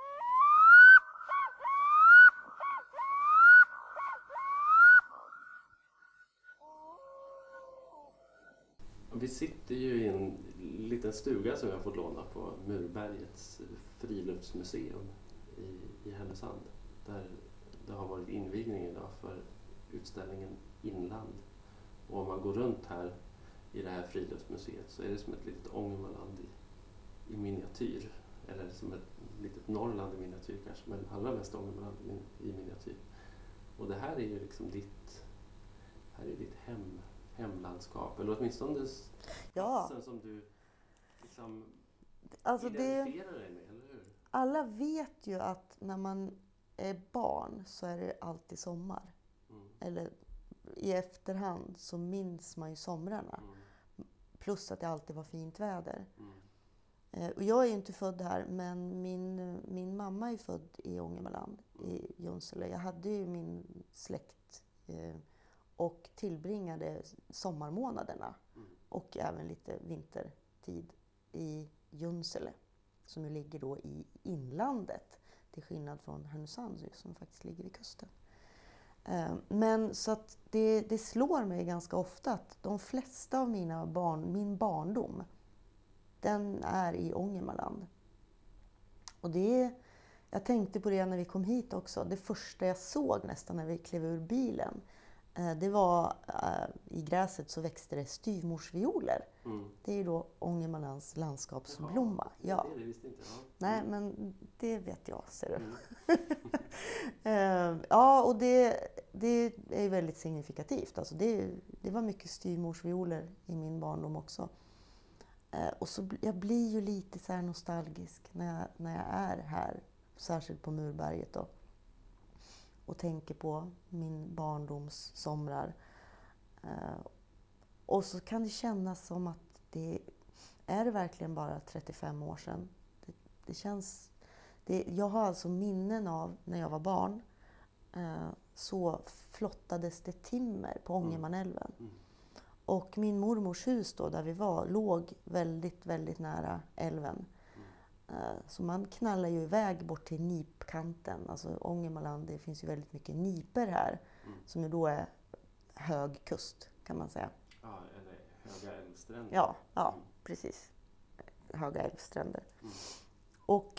Vi sitter ju i en liten stuga som jag har fått låna på Murbergets friluftsmuseum i, i Härnösand. Där det har varit invigning idag för utställningen inland. Och om man går runt här i det här friluftsmuseet så är det som ett litet Ångermanland i, i miniatyr. Eller som ett litet Norrland i miniatyr kanske, men allra mest Ångermanland i miniatyr. Och det här är ju liksom ditt, här är ditt hem, hemlandskap, eller åtminstone platsen ja. som du liksom alltså identifierar det, dig med, eller hur? Alla vet ju att när man är barn så är det alltid sommar. Mm. Eller i efterhand så minns man ju somrarna. Mm. Plus att det alltid var fint väder. Mm. Eh, och jag är ju inte född här, men min, min mamma är född i Ångermanland, mm. i Junsele. Jag hade ju min släkt eh, och tillbringade sommarmånaderna Mm. och även lite vintertid i Junsele, som ju ligger då i inlandet, till skillnad från Härnösand som faktiskt ligger vid kusten. Men så att det, det slår mig ganska ofta att de flesta av mina barn, min barndom, den är i Ångermanland. Och det, jag tänkte på det när vi kom hit också. Det första jag såg nästan när vi klev ur bilen, det var i gräset så växte det styvmorsvioler. Mm. Det är ju då Ångermanlands landskapsblomma. Ja, det, det visste inte jag. Nej, men det vet jag, ser du. Mm. Ja, och det, det är väldigt signifikativt. Alltså det, det var mycket styvmorsvioler i min barndom också. Och så jag blir ju lite så här nostalgisk när jag, när jag är här, särskilt på Murberget då. Och tänker på min barndoms somrar. Uh, och så kan det kännas som att det är verkligen bara trettiofem år sedan. Det, det känns, det, jag har alltså minnen av när jag var barn. Uh, så flottades det timmer på Ångermanälven. Mm. Mm. Och min mormors hus då, där vi var, låg väldigt, väldigt nära älven. Så man knallar ju iväg bort till nipkanten. Alltså Ångermanland, det finns ju väldigt mycket niper här. Mm. Som ju då är hög kust, kan man säga. Ja, eller höga älvstränder. Ja, ja mm. precis. Höga älvstränder. Mm. Och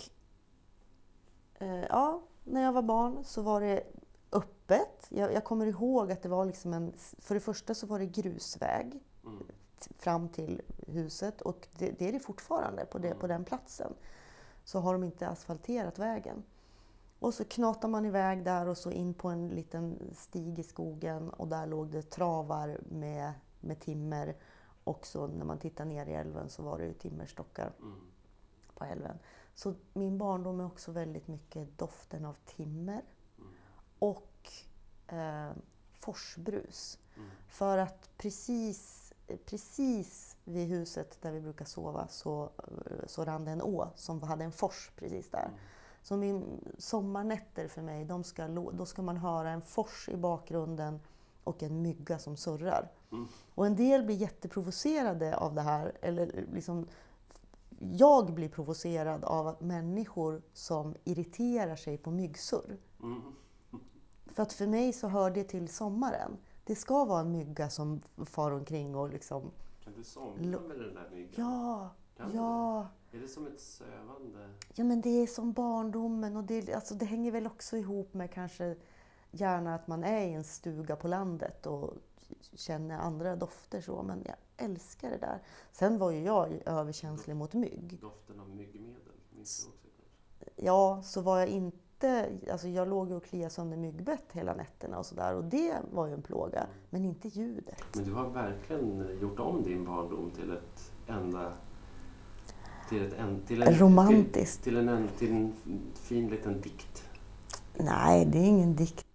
eh, ja, när jag var barn så var det öppet. Jag, jag kommer ihåg att det var liksom en... För det första så var det grusväg. Mm. Fram till huset, och det, det är det fortfarande på, det, mm. på den platsen. Så har de inte asfalterat vägen. Och så knatar man iväg där och så in på en liten stig i skogen, och där låg det travar med, med timmer. Och så när man tittar ner i älven så var det ju timmerstockar mm. på älven. Så min barndom är också väldigt mycket doften av timmer mm. och eh, forsbrus. Mm. För att precis Precis vid huset där vi brukar sova så, så rann det en å som hade en fors precis där. Mm. Så min sommarnätter för mig, de ska, då ska man höra en fors i bakgrunden och en mygga som surrar. Mm. Och en del blir jätteprovocerade av det här. Eller liksom, jag blir provocerad av att människor som irriterar sig på myggsurr. Mm. För att för mig så hör det till sommaren. Det ska vara en mygga som far omkring och liksom... Kan du somna med den där myggan? Ja, kan ja. Det? Är det som ett sövande? Ja, men det är som barndomen, och det, alltså, det hänger väl också ihop med kanske gärna att man är i en stuga på landet och känner andra dofter så. Men jag älskar det där. Sen var ju jag överkänslig mot mygg. Doften av myggmedel, minns du också kanske? Ja, så var jag inte... Alltså jag låg och kliade sönder myggbett hela nätterna och sådär, och det var ju en plåga, mm. men inte ljudet. Men du har verkligen gjort om din barndom till ett enda... Till, ett en, till en romantiskt. Till, till, en, till en fin liten dikt. Nej, det är ingen dikt.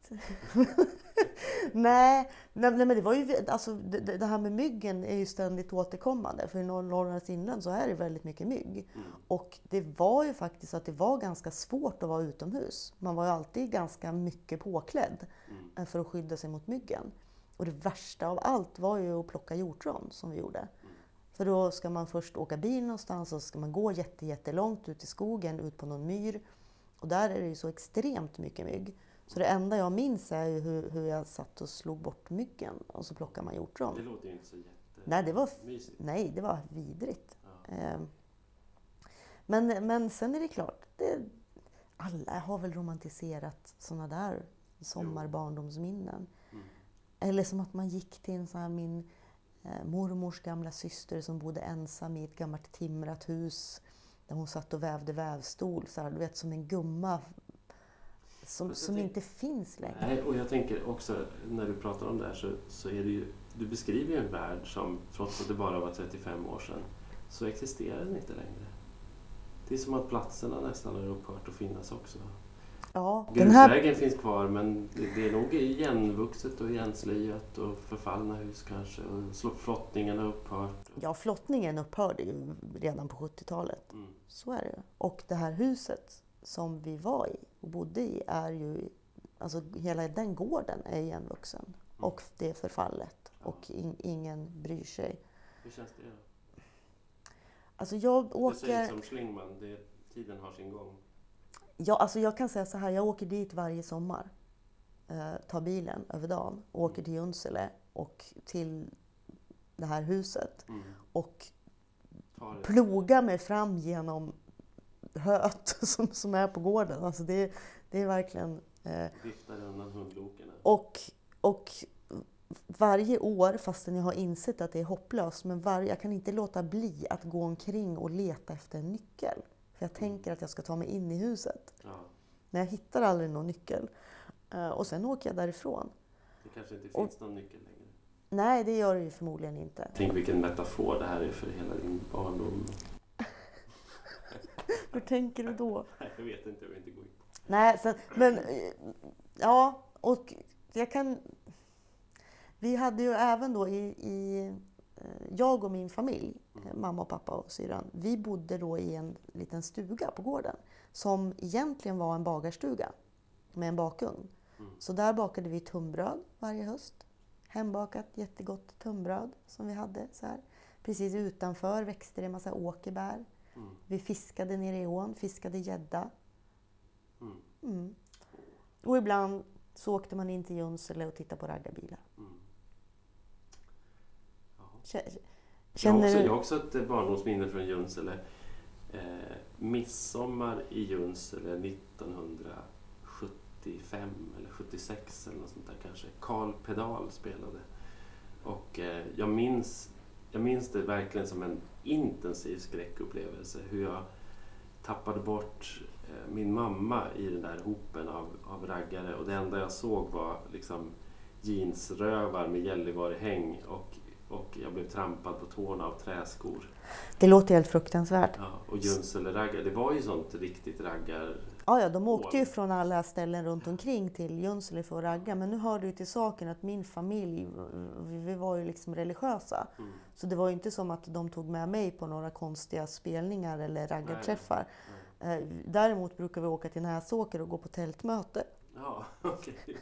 nej, nej, men det var ju... Alltså, det, det här med myggen är ju ständigt återkommande. För i Norrlands inland så är det väldigt mycket mygg. Mm. Och det var ju faktiskt att det var ganska svårt att vara utomhus. Man var ju alltid ganska mycket påklädd mm. för att skydda sig mot myggen. Och det värsta av allt var ju att plocka hjortron som vi gjorde. Mm. För då ska man först åka bil någonstans och ska man gå jätte, jättelångt ut i skogen, ut på någon myr. Och där är det ju så extremt mycket mygg. Så det enda jag minns är ju hur, hur jag satt och slog bort myggen och så plockar man hjortron. Det låter ju inte så jätte... Nej, det var, mysigt. Nej, det var vidrigt. Ja. Eh, men, men sen är det klart, det, alla har väl romantiserat såna där sommarbarndomsminnen. Mm. Eller som att man gick till en sån här, min eh, mormors gamla syster som bodde ensam i ett gammalt timrat hus. Där hon satt och vävde vävstol. Så här, du vet, som en gumma. Som, som tänk... inte finns längre. Nej, och jag tänker också när du pratar om det här så, så är det ju, du beskriver ju en värld som trots att det bara var trettiofem år sedan så existerar den inte längre. Det är som att platserna nästan har upphört att finnas också. Ja, Grusvägen här... finns kvar men det, det är nog igenvuxet och igenslyat och förfallna hus kanske och flottningen har upphört. Ja, flottningen upphörde ju redan på sjuttiotalet. Mm. Så är det. Och det här huset som vi var i och bodde i är ju, alltså hela den gården är igenvuxen. Mm. Och det är förfallet ja. Och in, ingen bryr sig. Hur känns det då? Alltså jag åker... Du säger som Schlingmann, det, tiden har sin gång. Ja, alltså jag kan säga så här, jag åker dit varje sommar. Eh, tar bilen över dagen, åker till Junsele och till det här huset. Mm. Och plogar mig fram genom höet som, som är på gården. Alltså det, det är verkligen... Eh, Viftar undan hundlokerna. Och, och varje år, fastän jag har insett att det är hopplöst, men varje, jag kan inte låta bli att gå omkring och leta efter en nyckel. För jag tänker att jag ska ta mig in i huset. Ja. Men jag hittar aldrig någon nyckel. Uh, och sen åker jag därifrån. Det kanske inte finns och, någon nyckel längre. Nej, det gör det ju förmodligen inte. Tänk vilken metafor det här är för hela din barndom. Hur tänker du då? Nej, jag vet inte, jag vill inte gå in på. Nej, sen, men ja, och jag kan... Vi hade ju även då i... i jag och min familj, mm. mamma och pappa och syrran, vi bodde då i en liten stuga på gården. Som egentligen var en bagarstuga med en bakugn. Mm. Så där bakade vi tunnbröd varje höst. Hembakat jättegott tunnbröd som vi hade så här. Precis utanför växte det en massa åkerbär. Mm. Vi fiskade nere i ån, fiskade gädda. Mm. Mm. Och ibland så åkte man in till Junsele och tittade på raggarbilar. Mm. Jag har, också, jag har också ett barndomsminne från Junsele. Eh, midsommar i Junsele nittonhundrasjuttiofem eller sjuttiosex eller något sånt där kanske. Carl Pedal spelade. Och eh, jag minns jag minns det verkligen som en intensiv skräckupplevelse. Hur jag tappade bort eh, min mamma i den där hopen av, av raggare. Och det enda jag såg var liksom jeansrövar med Gällivare-häng och Och jag blev trampad på tårna av träskor. Det låter helt fruktansvärt. Ja, och Junsele-raggar, det var ju sånt riktigt raggar. Ja, ja, de åkte ju från alla ställen runt omkring till Junsele för att ragga. Men nu hör du till saken att min familj, vi var ju liksom religiösa. Mm. Så det var ju inte som att de tog med mig på några konstiga spelningar eller raggarträffar. Nej, nej. Däremot brukar vi åka till Näsåker och gå på tältmöte. Ja, okej. Okay.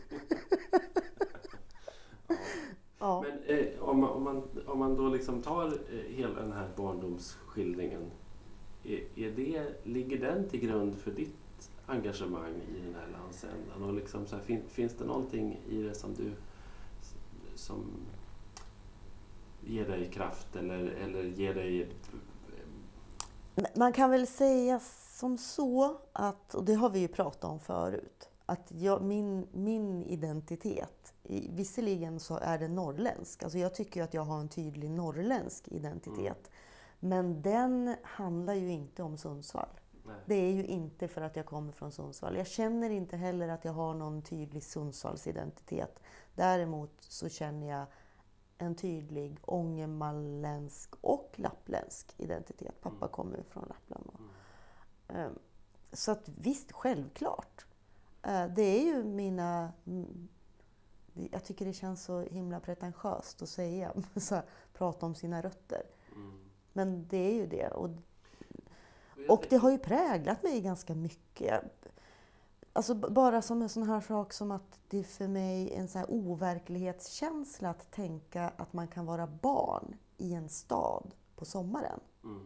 Ja. Men eh, om, man, om, man, om man då liksom tar eh, hela den här barndomsskildringen, är, är det, ligger den till grund för ditt engagemang i den här landsändan? Och liksom så här, fin, finns det någonting i det som du som ger dig kraft eller, eller ger dig... Man kan väl säga som så att, och det har vi ju pratat om förut, att jag, min, min identitet, visserligen så är det norrländsk. Alltså jag tycker att jag har en tydlig norrländsk identitet. Mm. Men den handlar ju inte om Sundsvall. Nej. Det är ju inte för att jag kommer från Sundsvall. Jag känner inte heller att jag har någon tydlig Sundsvallsidentitet. Däremot så känner jag en tydlig ångermanländsk och lappländsk identitet. Pappa mm. kommer ju från Lappland. Mm. Så att visst, självklart. Det är ju mina... Jag tycker det känns så himla pretentiöst att säga, så här, prata om sina rötter. Mm. Men det är ju det. Och, och det har ju präglat mig ganska mycket. Alltså bara som en sån här sak som att det är för mig en så här overklighetskänsla att tänka att man kan vara barn i en stad på sommaren. Mm.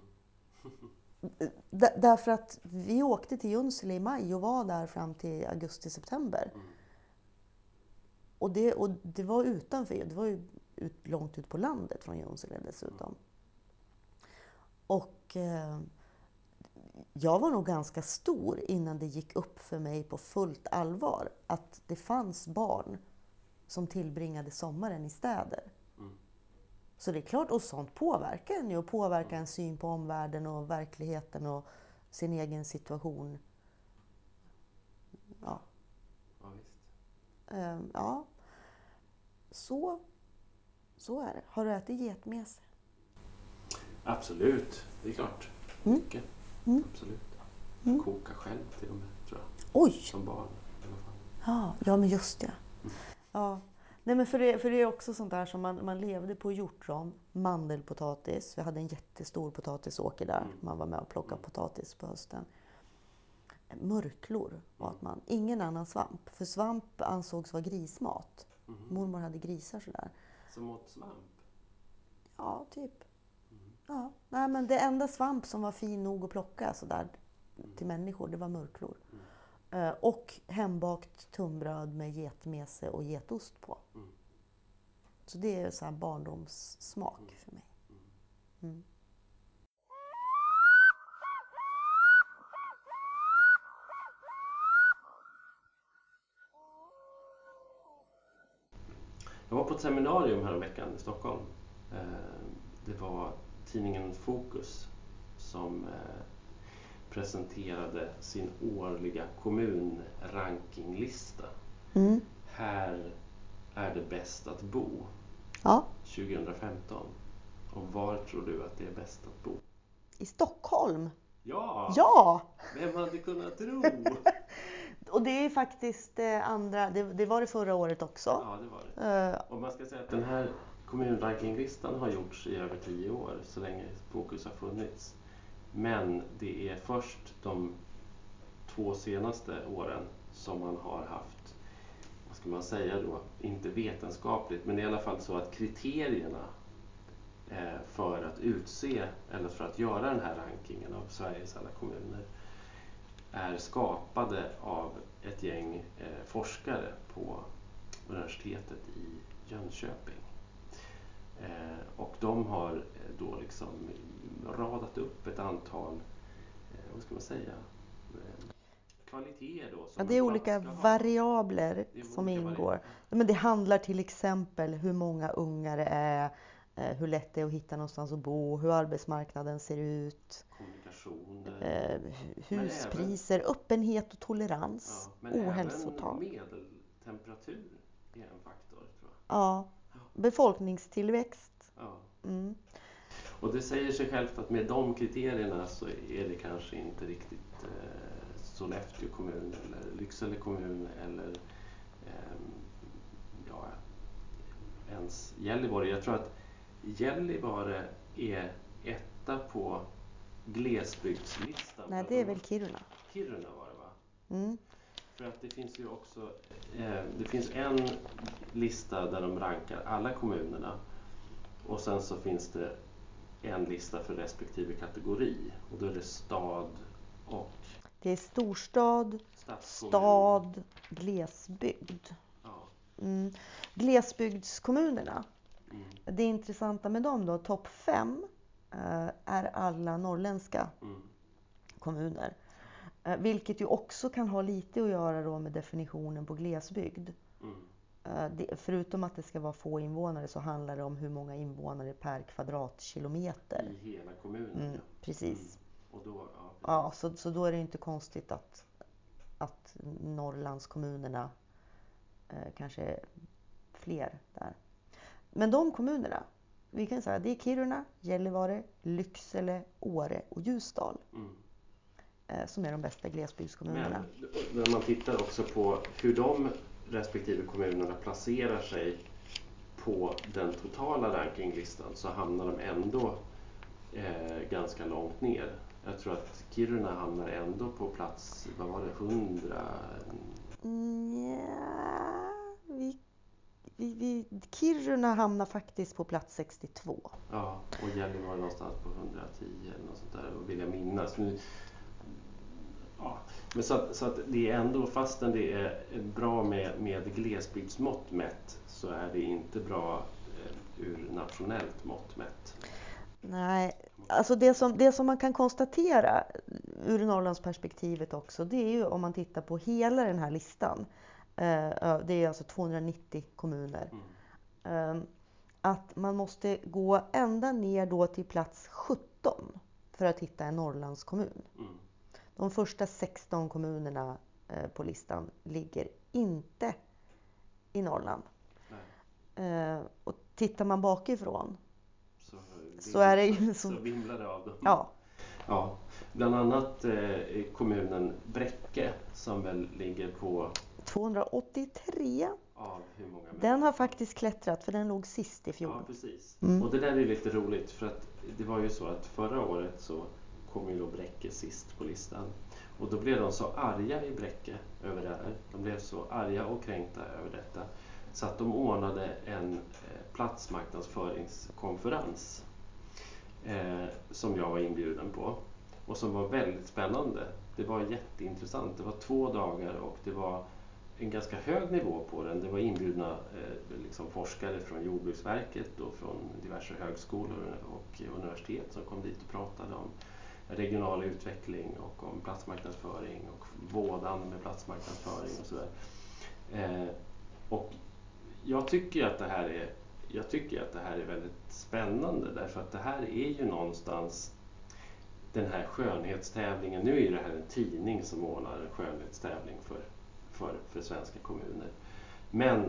D- därför att vi åkte till Junsele i maj och var där fram till augusti-september. Mm. Och det, och det var utanför, det var ju ut, långt ut på landet från Junsele dessutom. Mm. Och eh, jag var nog ganska stor innan det gick upp för mig på fullt allvar att det fanns barn som tillbringade sommaren i städer. Mm. Så det är klart, och sånt påverkar en ju och påverkar en syn på omvärlden och verkligheten och sin egen situation. Ja. Ja, visst. Um, ja. Så, så är det. Har du ätit getmese? Absolut, det är klart. Mm. Mycket. Mm. Absolut. Mm. Koka själv till och med, tror jag. Oj! Som barn i alla fall. Ja, ja men just det. Ja. Nej, men för, det, för det är också sånt där som man, man levde på hjortron, mandelpotatis. Vi hade en jättestor potatisåker där. Mm. Man var med och plockade mm. potatis på hösten. Mörklor åt man. Ingen annan svamp. För svamp ansågs vara grismat. Mm. Mormor hade grisar sådär. Som åt svamp? Ja, typ. Mm. Ja. Nej, men det enda svamp som var fin nog att plocka sådär Mm. till människor, det var mörklor. Mm. Uh, och hembakt tunnbröd med getmese och getost på. Mm. Så det är så här barndomssmak Mm. för mig. Mm. Jag var på ett seminarium här veckan i Stockholm. Det var tidningen Fokus som presenterade sin årliga kommunrankinglista. Mm. Här är det bäst att bo. Ja. tjugohundrafemton. Och var tror du att det är bäst att bo? I Stockholm? Ja! Ja! Vem hade kunnat tro? Och det är faktiskt eh, andra, det, det var det förra året också. Ja, det var det. Uh, och man ska säga att den här kommunrankinglistan har gjorts i över tio år, så länge Fokus har funnits. Men det är först de två senaste åren som man har haft, vad ska man säga då, inte vetenskapligt, men det är i alla fall så att kriterierna eh, för att utse eller för att göra den här rankingen av Sveriges alla kommuner är skapade av ett gäng eh, forskare på universitetet i Jönköping. Eh, och de har eh, då liksom radat upp ett antal, eh, vad ska man säga, eh, kvaliteter då. Som ja, det är olika variabler det är som olika ingår. variabler. Men det handlar till exempel hur många ungar det är, eh, hur lätt det är att hitta någonstans att bo, hur arbetsmarknaden ser ut. Kommunikationer. Eh, huspriser, även, öppenhet och tolerans, ja, men ohälsotal. Även medeltemperatur är en faktor, tror jag. Ja, befolkningstillväxt. Ja. Mm. Och det säger sig självt att med de kriterierna så är det kanske inte riktigt eh, Sollefteå kommun eller Lycksele kommun eller eh, ja, ens Gällivare. Jag tror att Gällivare är etta på glesbygdslistan. Nej, det är väl Kiruna. Kiruna var det, va? Mm. För att det finns ju också eh, det finns en lista där de rankar alla kommunerna och sen så finns det en lista för respektive kategori och då är det stad och det är storstad, stad, glesbygd. Ja. Mm. Glesbygdskommunerna. Mm. Det intressanta med dem då, topp fem eh, är alla norrländska Mm. kommuner. Eh, vilket ju också kan ha lite att göra då med definitionen på glesbygd. Mm. Eh, det, förutom att det ska vara få invånare så handlar det om hur många invånare per kvadratkilometer. I hela kommunen. Mm, ja. precis. Mm. Och då, ja, precis. Ja, så, så då är det inte konstigt att, att Norrlandskommunerna eh, kanske är fler där. Men de kommunerna, vi kan säga det är Kiruna, Gällivare, Lycksele, Åre och Ljusdal. Mm. Eh, som är de bästa glesbygdskommunerna. Men när man tittar också på hur de respektive kommunerna placerar sig på den totala rankinglistan så hamnar de ändå eh, ganska långt ner. Jag tror att Kiruna hamnar ändå på plats, vad var det, hundra? Mm, ja, vi, vi, vi, Kiruna hamnar faktiskt på plats sextiotvå. Ja, och Gällivare någonstans på hundratio eller något sånt där, vill jag minnas. Nu, ja. Men så att, så att det är ändå, fastän det är bra med, med glesbygdsmått mätt så är det inte bra eh, ur nationellt mått mätt. Nej, alltså det som, det som man kan konstatera ur Norrlandsperspektivet också, det är ju om man tittar på hela den här listan, Eh, det är alltså tvåhundranittio kommuner. Mm. Eh, att man måste gå ända ner då till plats sjutton för att hitta en Norrlandskommun. Mm. De första sexton kommunerna eh, på listan ligger inte i Norrland. Eh, och tittar man bakifrån så, så är det ju så, så vimlar det av dem. Ja. Ja, bland annat eh, kommunen Bräcke som väl ligger på tvåhundraåttiotre. Av hur många människor? Den har faktiskt klättrat för den låg sist i fjol. Ja, precis. Mm. Och det där är lite roligt för att det var ju så att förra året så kom ju då Bräcke sist på listan. Och då blev de så arga i Bräcke över det här. De blev så arga och kränkta över detta. Så att de ordnade en eh, platsmarknadsföringskonferens eh, som jag var inbjuden på. Och som var väldigt spännande. Det var jätteintressant. Det var två dagar och det var en ganska hög nivå på den. Det var inbjudna eh, liksom forskare från Jordbruksverket och från diverse högskolor och universitet som kom dit och pratade om regional utveckling och om platsmarknadsföring och vådan med platsmarknadsföring och sådär. Eh, och jag tycker att det här är jag tycker att det här är väldigt spännande därför att det här är ju någonstans den här skönhetstävlingen. Nu är det här en tidning som ordnar en skönhetstävling för, för, för svenska kommuner. Men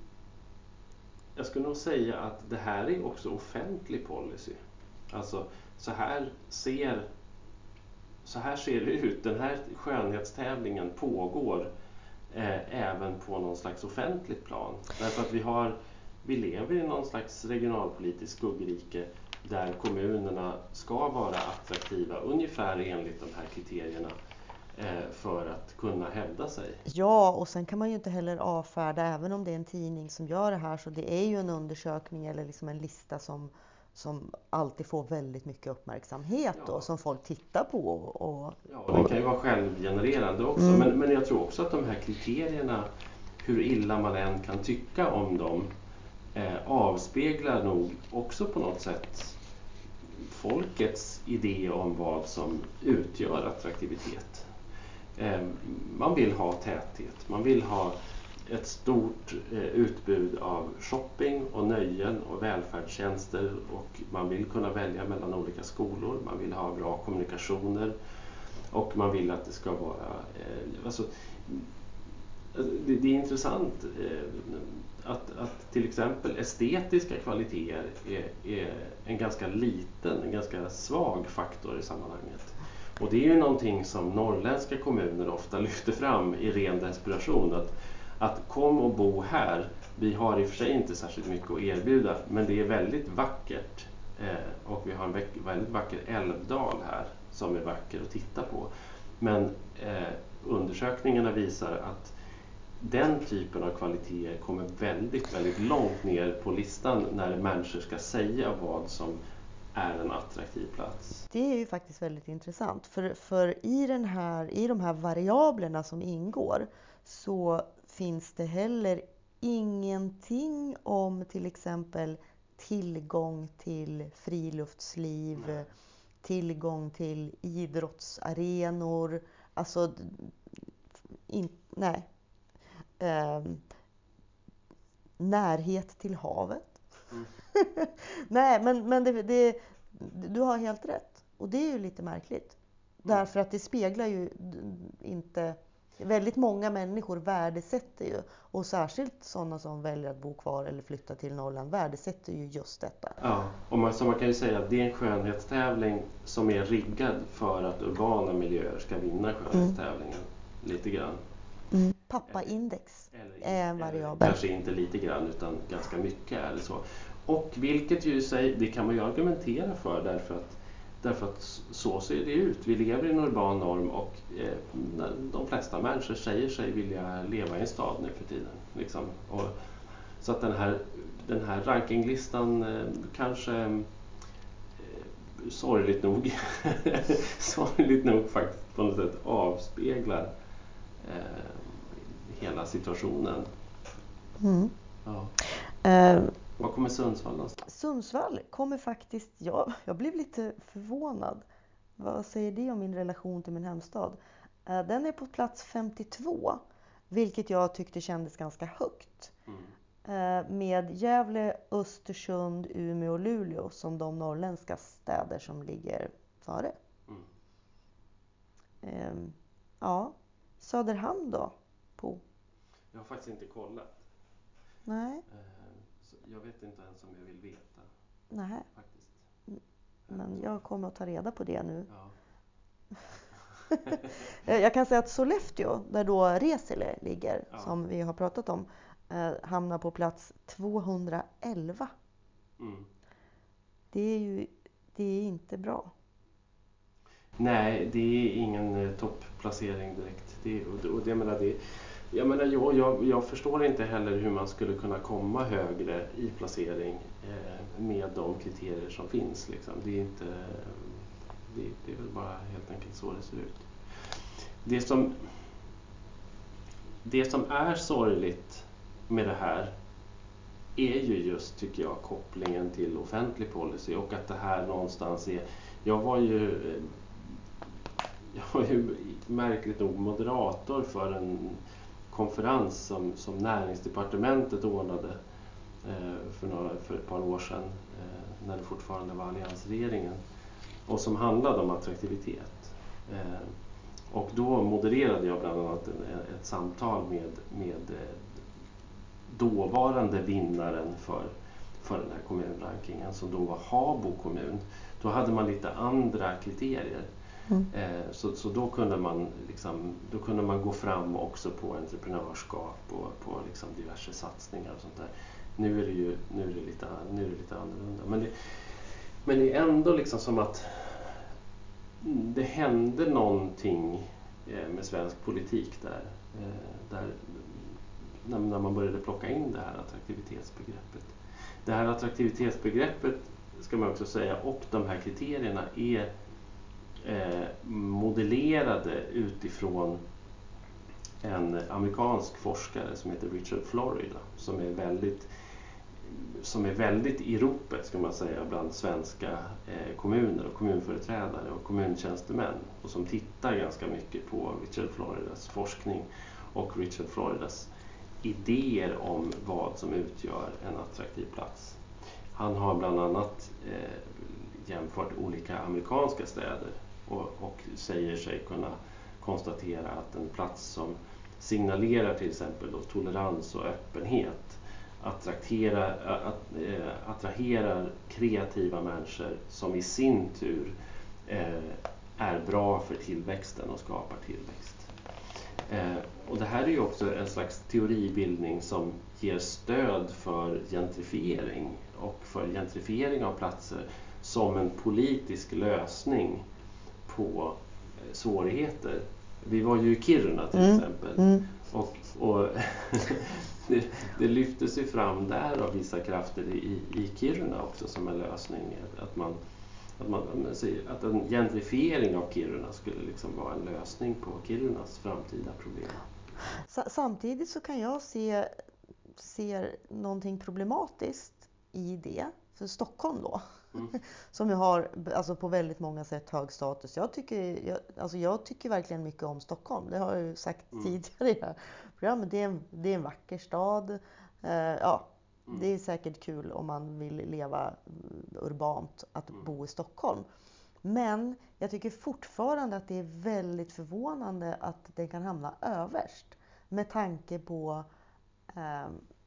jag skulle nog säga att det här är också offentlig policy. Alltså så här ser så här ser det ut. Den här skönhetstävlingen pågår eh, även på någon slags offentligt plan. Därför att vi har vi lever i någon slags regionalpolitisk skuggrike där kommunerna ska vara attraktiva ungefär enligt de här kriterierna eh, för att kunna hävda sig. Ja, och sen kan man ju inte heller avfärda, även om det är en tidning som gör det här, så det är ju en undersökning eller liksom en lista som, som alltid får väldigt mycket uppmärksamhet ja. Och som folk tittar på. Och, ja, och den kan ju vara självgenererande också, mm. men, men jag tror också att de här kriterierna, hur illa man än kan tycka om dem, Eh, avspeglar nog också på något sätt folkets idé om vad som utgör attraktivitet. Eh, man vill ha täthet, man vill ha ett stort eh, utbud av shopping och nöjen och välfärdstjänster och man vill kunna välja mellan olika skolor, man vill ha bra kommunikationer och man vill att det ska vara eh, alltså, det, det är intressant eh, Att, att till exempel estetiska kvaliteter är, är en ganska liten, en ganska svag faktor i sammanhanget. Och det är ju någonting som norrländska kommuner ofta lyfter fram i ren desperation. Att, att kom och bo här, vi har i och för sig inte särskilt mycket att erbjuda, men det är väldigt vackert. Eh, och vi har en väldigt vacker älvdal här som är vacker att titta på. Men eh, undersökningarna visar att den typen av kvaliteter kommer väldigt, väldigt långt ner på listan när människor ska säga vad som är en attraktiv plats. Det är ju faktiskt väldigt intressant. För, för i, den här, i de här variablerna som ingår så finns det heller ingenting om till exempel tillgång till friluftsliv, nej. Tillgång till idrottsarenor. Alltså, in, nej. Eh, närhet till havet. Mm. Nej, men, men det, det, du har helt rätt. Och det är ju lite märkligt. Mm. Därför att det speglar ju inte... Väldigt många människor värdesätter ju, och särskilt sådana som väljer att bo kvar eller flytta till Norrland värdesätter ju just detta. Ja, och man, så man kan ju säga att det är en skönhetstävling som är riggad för att urbana miljöer ska vinna skönhetstävlingen. Mm. Lite grann. Mm. Pappaindex är en variabel. Kanske inte lite grann utan ganska mycket är det så. Och vilket ju säger, det kan man ju argumentera för därför att, därför att så ser det ut. Vi lever i en urban norm och eh, de flesta människor säger sig vilja leva i en stad nu för tiden. Liksom. Och, så att den här, den här rankinglistan eh, kanske eh, sorgligt nog sorgligt nog faktiskt på något sätt avspeglar eh, hela situationen. Mm. Ja. Uh, Vad kommer Sundsvall någonstans? Sundsvall kommer faktiskt, ja, jag blev lite förvånad. Vad säger det om min relation till min hemstad? Uh, den är på plats femtiotvå. Vilket jag tyckte kändes ganska högt. Mm. Eh, med Gävle, Östersund, Umeå och Luleå som de norrländska städer som ligger före. Mm. Eh, ja, Söderhamn då? På? Jag har faktiskt inte kollat. Nej. Eh, så jag vet inte ens om jag vill veta. Nej. Faktiskt. Men jag kommer att ta reda på det nu. Ja. Jag kan säga att Sollefteå, där då Resele ligger, Ja. som vi har pratat om, eh, hamnar på plats tvåhundraelva. Mm. Det är ju det är inte bra. Nej, det är ingen eh, toppplacering direkt. Det, och, och det, jag menar, det, jag, menar, jag, jag, jag förstår inte heller hur man skulle kunna komma högre i placering eh, med de kriterier som finns. Liksom. Det är inte... Det, det är väl bara helt enkelt så det ser ut. Det som, det som är sorgligt med det här är ju just, tycker jag, kopplingen till offentlig policy och att det här någonstans är... Jag var ju, jag var ju märkligt nog moderator för en konferens som, som näringsdepartementet ordnade eh, för, några, för ett par år sedan eh, när det fortfarande var alliansregeringen. Och som handlade om attraktivitet. Eh, och då modererade jag bland annat en, ett samtal med, med eh, dåvarande vinnaren för, för den här kommunrankingen som då var Habo kommun. Då hade man lite andra kriterier. Mm. Eh, så, så då kunde man liksom, då kunde man gå fram också på entreprenörskap och på liksom diverse satsningar och sånt där. Nu är det ju nu är det lite, nu är det lite annorlunda. Men det, Men det är ändå liksom som att det hände någonting med svensk politik där, där när man började plocka in det här attraktivitetsbegreppet. Det här attraktivitetsbegreppet, ska man också säga, och de här kriterierna är modellerade utifrån en amerikansk forskare som heter Richard Florida, som är väldigt som är väldigt i ropet, ska man säga, bland svenska eh, kommuner och kommunföreträdare och kommuntjänstemän och som tittar ganska mycket på Richard Floridas forskning och Richard Floridas idéer om vad som utgör en attraktiv plats. Han har bland annat eh, jämfört olika amerikanska städer och, och säger sig kunna konstatera att en plats som signalerar till exempel då tolerans och öppenhet Attrahera, att, äh, attraherar kreativa människor som i sin tur äh, är bra för tillväxten och skapar tillväxt. Äh, och det här är ju också en slags teoribildning som ger stöd för gentrifiering och för gentrifiering av platser som en politisk lösning på äh, svårigheter. Vi var ju i Kiruna till mm. exempel. Mm. Och, och det, det lyftes ju fram där av vissa krafter i, i Kiruna också som en lösning. Att, man, att, man, att en gentrifiering av Kiruna skulle liksom vara en lösning på Kirunas framtida problem. Samtidigt så kan jag se, se någonting problematiskt i det. För Stockholm då. Mm. Som ju har alltså på väldigt många sätt hög status. Jag tycker, jag, alltså jag tycker verkligen mycket om Stockholm. Det har jag ju sagt mm. tidigare i det här programmet. Det är en, det är en vacker stad. Uh, ja, mm. Det är säkert kul om man vill leva urbant att mm. bo i Stockholm. Men jag tycker fortfarande att det är väldigt förvånande att det kan hamna överst. Med tanke på uh,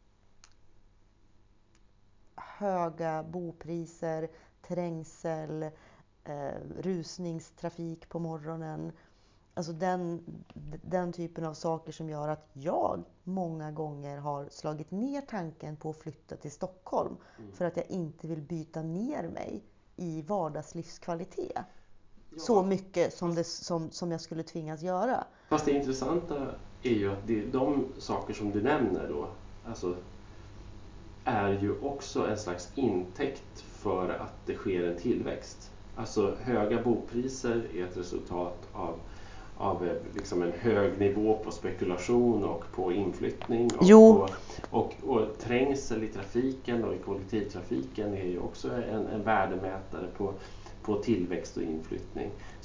höga bopriser, trängsel, eh, rusningstrafik på morgonen. Alltså den, den typen av saker som gör att jag många gånger har slagit ner tanken på att flytta till Stockholm. Mm. För att jag inte vill byta ner mig i vardagslivskvalitet. Ja. Så mycket som, det, som, som jag skulle tvingas göra. Fast det intressanta är ju att det, de saker som du nämner då, alltså är ju också en slags intäkt för att det sker en tillväxt. Alltså höga bopriser är ett resultat av, av liksom en hög nivå på spekulation och på inflyttning. Och, på, och, och trängsel i trafiken och i kollektivtrafiken är ju också en, en värdemätare på, på tillväxt och inflyttning. Så att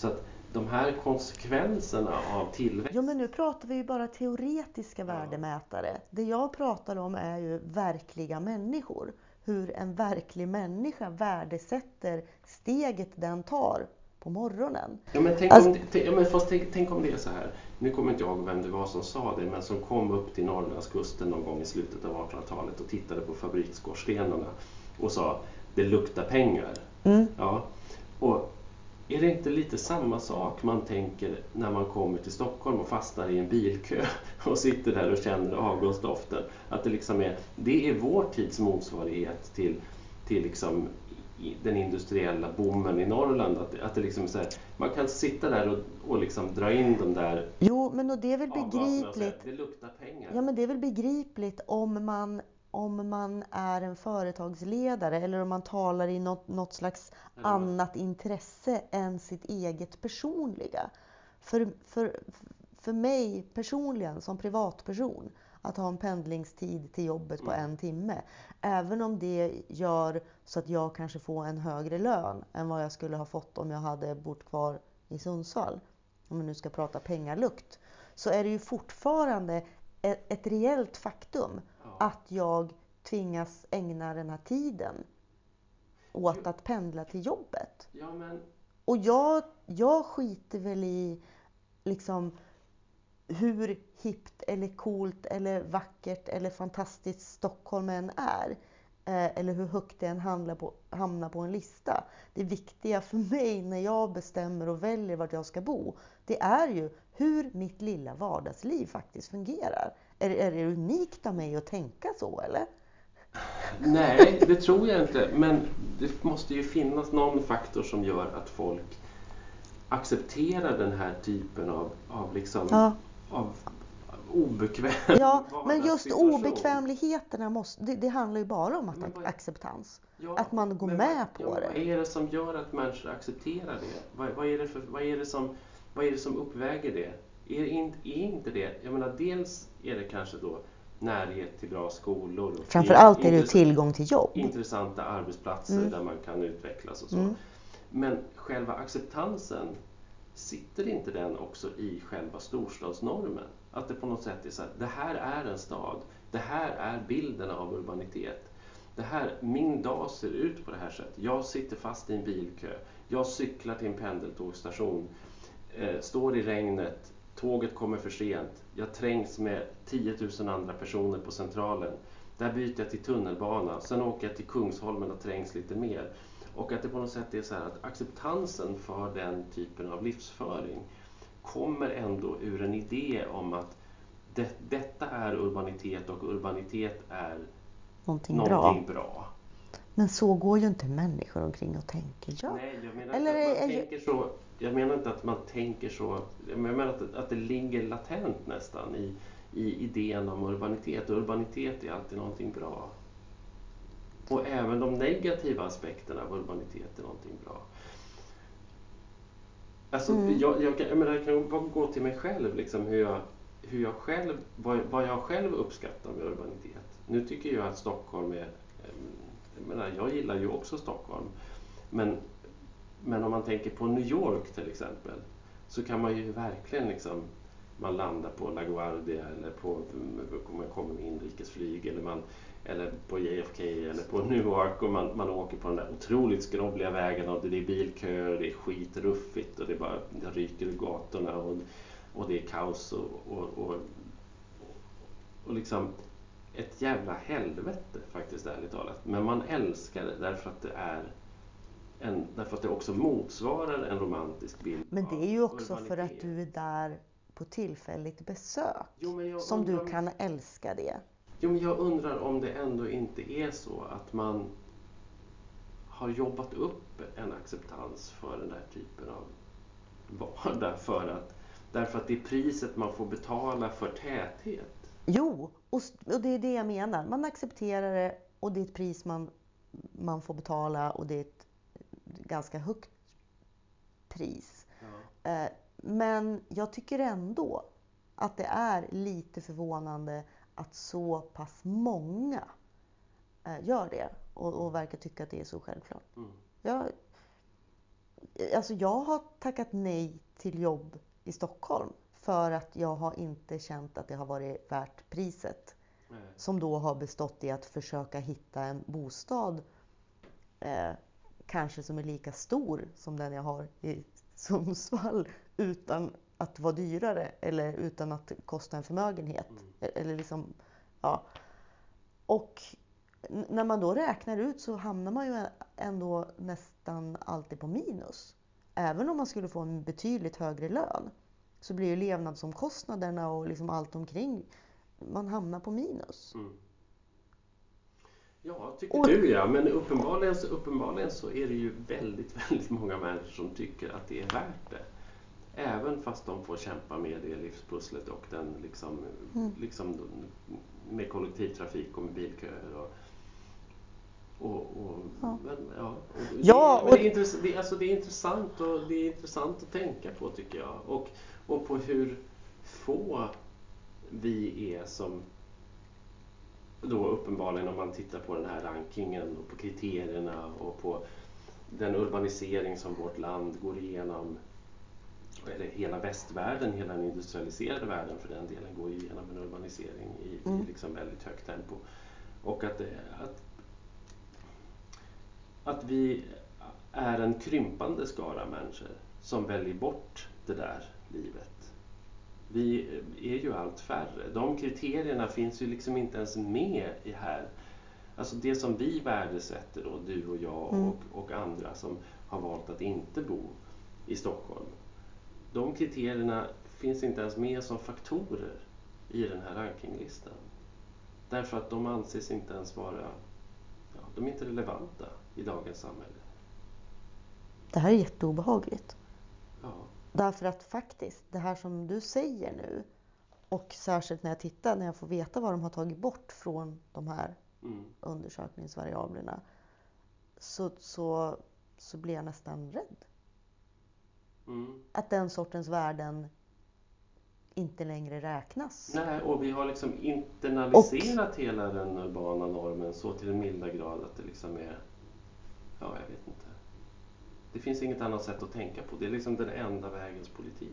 de här konsekvenserna av tillväxt. Jo, men nu pratar vi ju bara teoretiska värdemätare. Det jag pratar om är ju verkliga människor. Hur en verklig människa värdesätter steget den tar på morgonen. Ja, men tänk, alltså, om, det, ja, men fast tänk, tänk om det är så här. Nu kommer inte jag vem det var som sa det, men som kom upp till Norrlandskusten någon gång i slutet av artonhundratalet och tittade på fabriksskorstenarna och sa, det luktar pengar. Mm. Ja. Och är det inte lite samma sak man tänker när man kommer till Stockholm och fastnar i en bilkö och sitter där och känner avgasdoften? Att det liksom är, det är vår tids motsvarighet till, till liksom den industriella boomen i Norrland. Att, att det liksom är så här, man kan sitta där och, och liksom dra in de där. Jo, men och det är väl begripligt. Säga, det luktar pengar. Ja, men det är väl begripligt om man om man är en företagsledare eller om man talar i något, något slags mm. annat intresse än sitt eget personliga. För, för, för mig personligen som privatperson att ha en pendlingstid till jobbet på mm. en timme. Även om det gör så att jag kanske får en högre lön än vad jag skulle ha fått om jag hade bott kvar i Sundsvall. Om vi nu ska prata pengalukt. Så är det ju fortfarande ett, ett reellt faktum att jag tvingas ägna den här tiden åt att pendla till jobbet. Ja, men... Och jag, jag skiter väl i liksom hur hippt eller coolt eller vackert eller fantastiskt Stockholm än är. Eh, eller hur högt det än hamnar på, hamnar på en lista. Det viktiga för mig när jag bestämmer och väljer vart jag ska bo, det är ju hur mitt lilla vardagsliv faktiskt fungerar. Är, är det unikt av mig att tänka så, eller? Nej, det tror jag inte. Men det måste ju finnas någon faktor som gör att folk accepterar den här typen av, av, liksom, ja. av obekväm Ja, men just obekvämligheterna måste, det, det handlar ju bara om att vad, acceptans. Ja, att man går med vad, på ja, det. Vad är det som gör att människor accepterar det? Vad, vad, är, det för, vad, är, det som, vad är det som uppväger det? Är, inte, är inte det? Jag menar, dels är det kanske då närhet till bra skolor. Och framförallt är det tillgång till jobb. Intressanta arbetsplatser mm. där man kan utvecklas och så. Mm. Men själva acceptansen, sitter inte den också i själva storstadsnormen? Att det på något sätt är så här, det här är en stad. Det här är bilden av urbanitet. Det här, min dag ser ut på det här sättet. Jag sitter fast i en bilkö. Jag cyklar till en pendeltågstation. Eh, står i regnet. Tåget kommer för sent. Jag trängs med tio tusen andra personer på Centralen. Där byter jag till tunnelbana. Sen åker jag till Kungsholmen och trängs lite mer. Och att det på något sätt är så här att acceptansen för den typen av livsföring kommer ändå ur en idé om att det, detta är urbanitet och urbanitet är någonting, någonting bra. bra. Men så går ju inte människor omkring och tänker. Ja. Nej, jag menar, Eller inte att man är, tänker så, jag menar inte att man tänker så. Jag menar att, att det ligger latent nästan i, i idén om urbanitet. Och urbanitet är alltid någonting bra. Och även de negativa aspekterna av urbanitet är någonting bra. Alltså, mm. jag, jag, jag, menar, jag kan bara gå till mig själv, liksom, hur jag, hur jag själv, vad, vad jag själv uppskattar med urbanitet. Nu tycker jag att Stockholm är, jag menar, jag gillar ju också Stockholm. Men, men om man tänker på New York till exempel, så kan man ju verkligen liksom, man landar på LaGuardia eller på, om man kommer med inrikesflyg eller man eller på J F K eller på Newark och man, man åker på den där otroligt skrovliga vägen och det är bilköer, det är skitruffigt och det bara det ryker i gatorna och, och det är kaos och, och, och, och liksom ett jävla helvete faktiskt, ärligt talat. Men man älskar det därför att det är en, därför att det också motsvarar en romantisk bild. Men det är ju också för att du är där på tillfälligt besök jo, som du kan älska det. Jo, men jag undrar om det ändå inte är så att man har jobbat upp en acceptans för den här typen av vardag för att, därför att det är priset man får betala för täthet. Jo, och, och det är det jag menar. Man accepterar det och det är ett pris man, man får betala och det är ett ganska högt pris. Ja. Eh, men jag tycker ändå att det är lite förvånande att så pass många eh, gör det och, och verkar tycka att det är så självklart. Mm. Jag, alltså jag har tackat nej till jobb i Stockholm. För att jag har inte känt att det har varit värt priset. Mm. Som då har bestått i att försöka hitta en bostad. Eh, kanske som är lika stor som den jag har i Sundsvall. Utan att vara dyrare. Eller utan att kosta en förmögenhet. Mm. Eller liksom, ja. Och när man då räknar ut så hamnar man ju ändå nästan alltid på minus. Även om man skulle få en betydligt högre lön så blir ju levnadsomkostnaderna och liksom allt omkring, man hamnar på minus. Mm. Ja, tycker och, du ja. Men uppenbarligen, uppenbarligen så är det ju väldigt, väldigt många människor som tycker att det är värt det. Även fast de får kämpa med det livspusslet och den liksom, mm. liksom med kollektivtrafik och med bilköer och Och, och, ja. Men, ja, och det, ja, och... Men det, är intress- det, alltså det är intressant och det är intressant att tänka på tycker jag. Och, och på hur få vi är som då uppenbarligen om man tittar på den här rankingen och på kriterierna och på den urbanisering som vårt land går igenom. Eller hela västvärlden, hela den industrialiserade världen för den delen går igenom en urbanisering i, mm. i liksom väldigt högt tempo. Och att, att Att vi är en krympande skara människor som väljer bort det där livet. Vi är ju allt färre. De kriterierna finns ju liksom inte ens med i här. Alltså det som vi värdesätter då, du och jag mm. och, och andra som har valt att inte bo i Stockholm. De kriterierna finns inte ens med som faktorer i den här rankinglistan. Därför att de anses inte ens vara, ja, de är inte relevanta i dagens samhälle. Det här är jätteobehagligt. Ja. Därför att faktiskt, det här som du säger nu, och särskilt när jag tittar, när jag får veta vad de har tagit bort från de här mm. undersökningsvariablerna, så, så, så blir jag nästan rädd. Mm. Att den sortens värden inte längre räknas. Nej, och vi har liksom internaliserat och, hela den urbana normen så till en milda grad att det liksom är, ja, jag vet inte. Det finns inget annat sätt att tänka på. Det är liksom den enda vägens politik.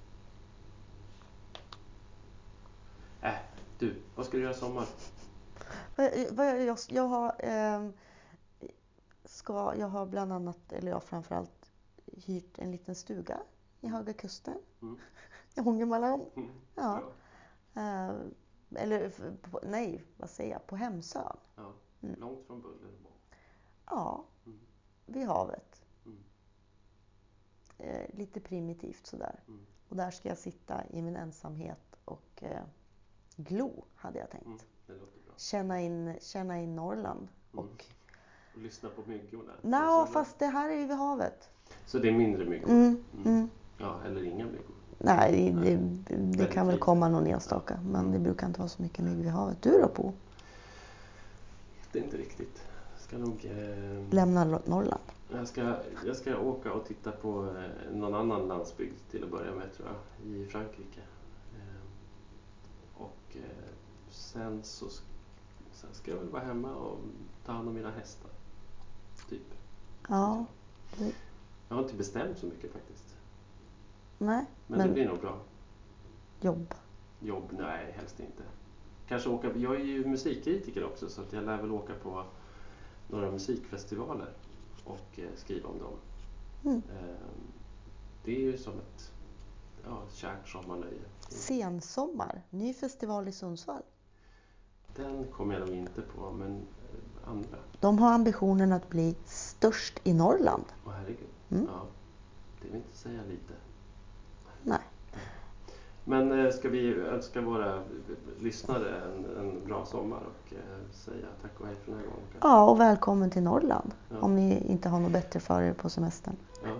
Äh, du, vad ska du göra i sommar? Jag, jag, har, eh, ska, jag har bland annat, eller jag framförallt hyrt en liten stuga i Höga Kusten. Mm. I Ångermanland. Mm. Ja. Ja. Eh, eller, på, nej, vad säger jag? På Hemsön. Ja. Mm. Långt från Buller. Ja, mm. vid havet. Mm. Eh, lite primitivt sådär. Mm. Och där ska jag sitta i min ensamhet och eh, glo, hade jag tänkt. Mm. Det låter bra. Känna in, känna in Norrland. Mm. Och, och lyssna på myggorna. Nej, fast det här är ju vid havet. Så det är mindre myggor? Mm. Mm. Ja, eller inga myggor? Nej, det, det, det kan väl komma någon enstaka. Ja. Men det brukar inte vara så mycket mygg vid havet. Du då, på? Det är inte riktigt. Ska nog, eh, lämna Norrland. Jag ska, jag ska åka och titta på eh, någon annan landsbygd till att börja med, tror jag, i Frankrike. Eh, och eh, sen så sen ska jag väl vara hemma och ta hand om mina hästar. Typ. Ja. Det... Jag har inte bestämt så mycket faktiskt. Nej. Men, men det blir nog bra. Jobb? Jobb? Nej, helst inte. Kanske åka, jag är ju musikkritiker också så att jag lär väl åka på några musikfestivaler och eh, skriva om dem. Mm. Eh, det är ju som ett ja, kärt sommarnöje. Sensommar, ny festival i Sundsvall. Den kommer jag nog inte på, men eh, andra. De har ambitionen att bli störst i Norrland. Åh herregud, mm. ja. Det vill inte säga lite. Nej. Men ska vi önska våra lyssnare en, en bra sommar och eh, säga tack och hej för den här gången? Ja, och välkommen till Norrland. Ja. Om ni inte har något bättre för er på semestern. Ja,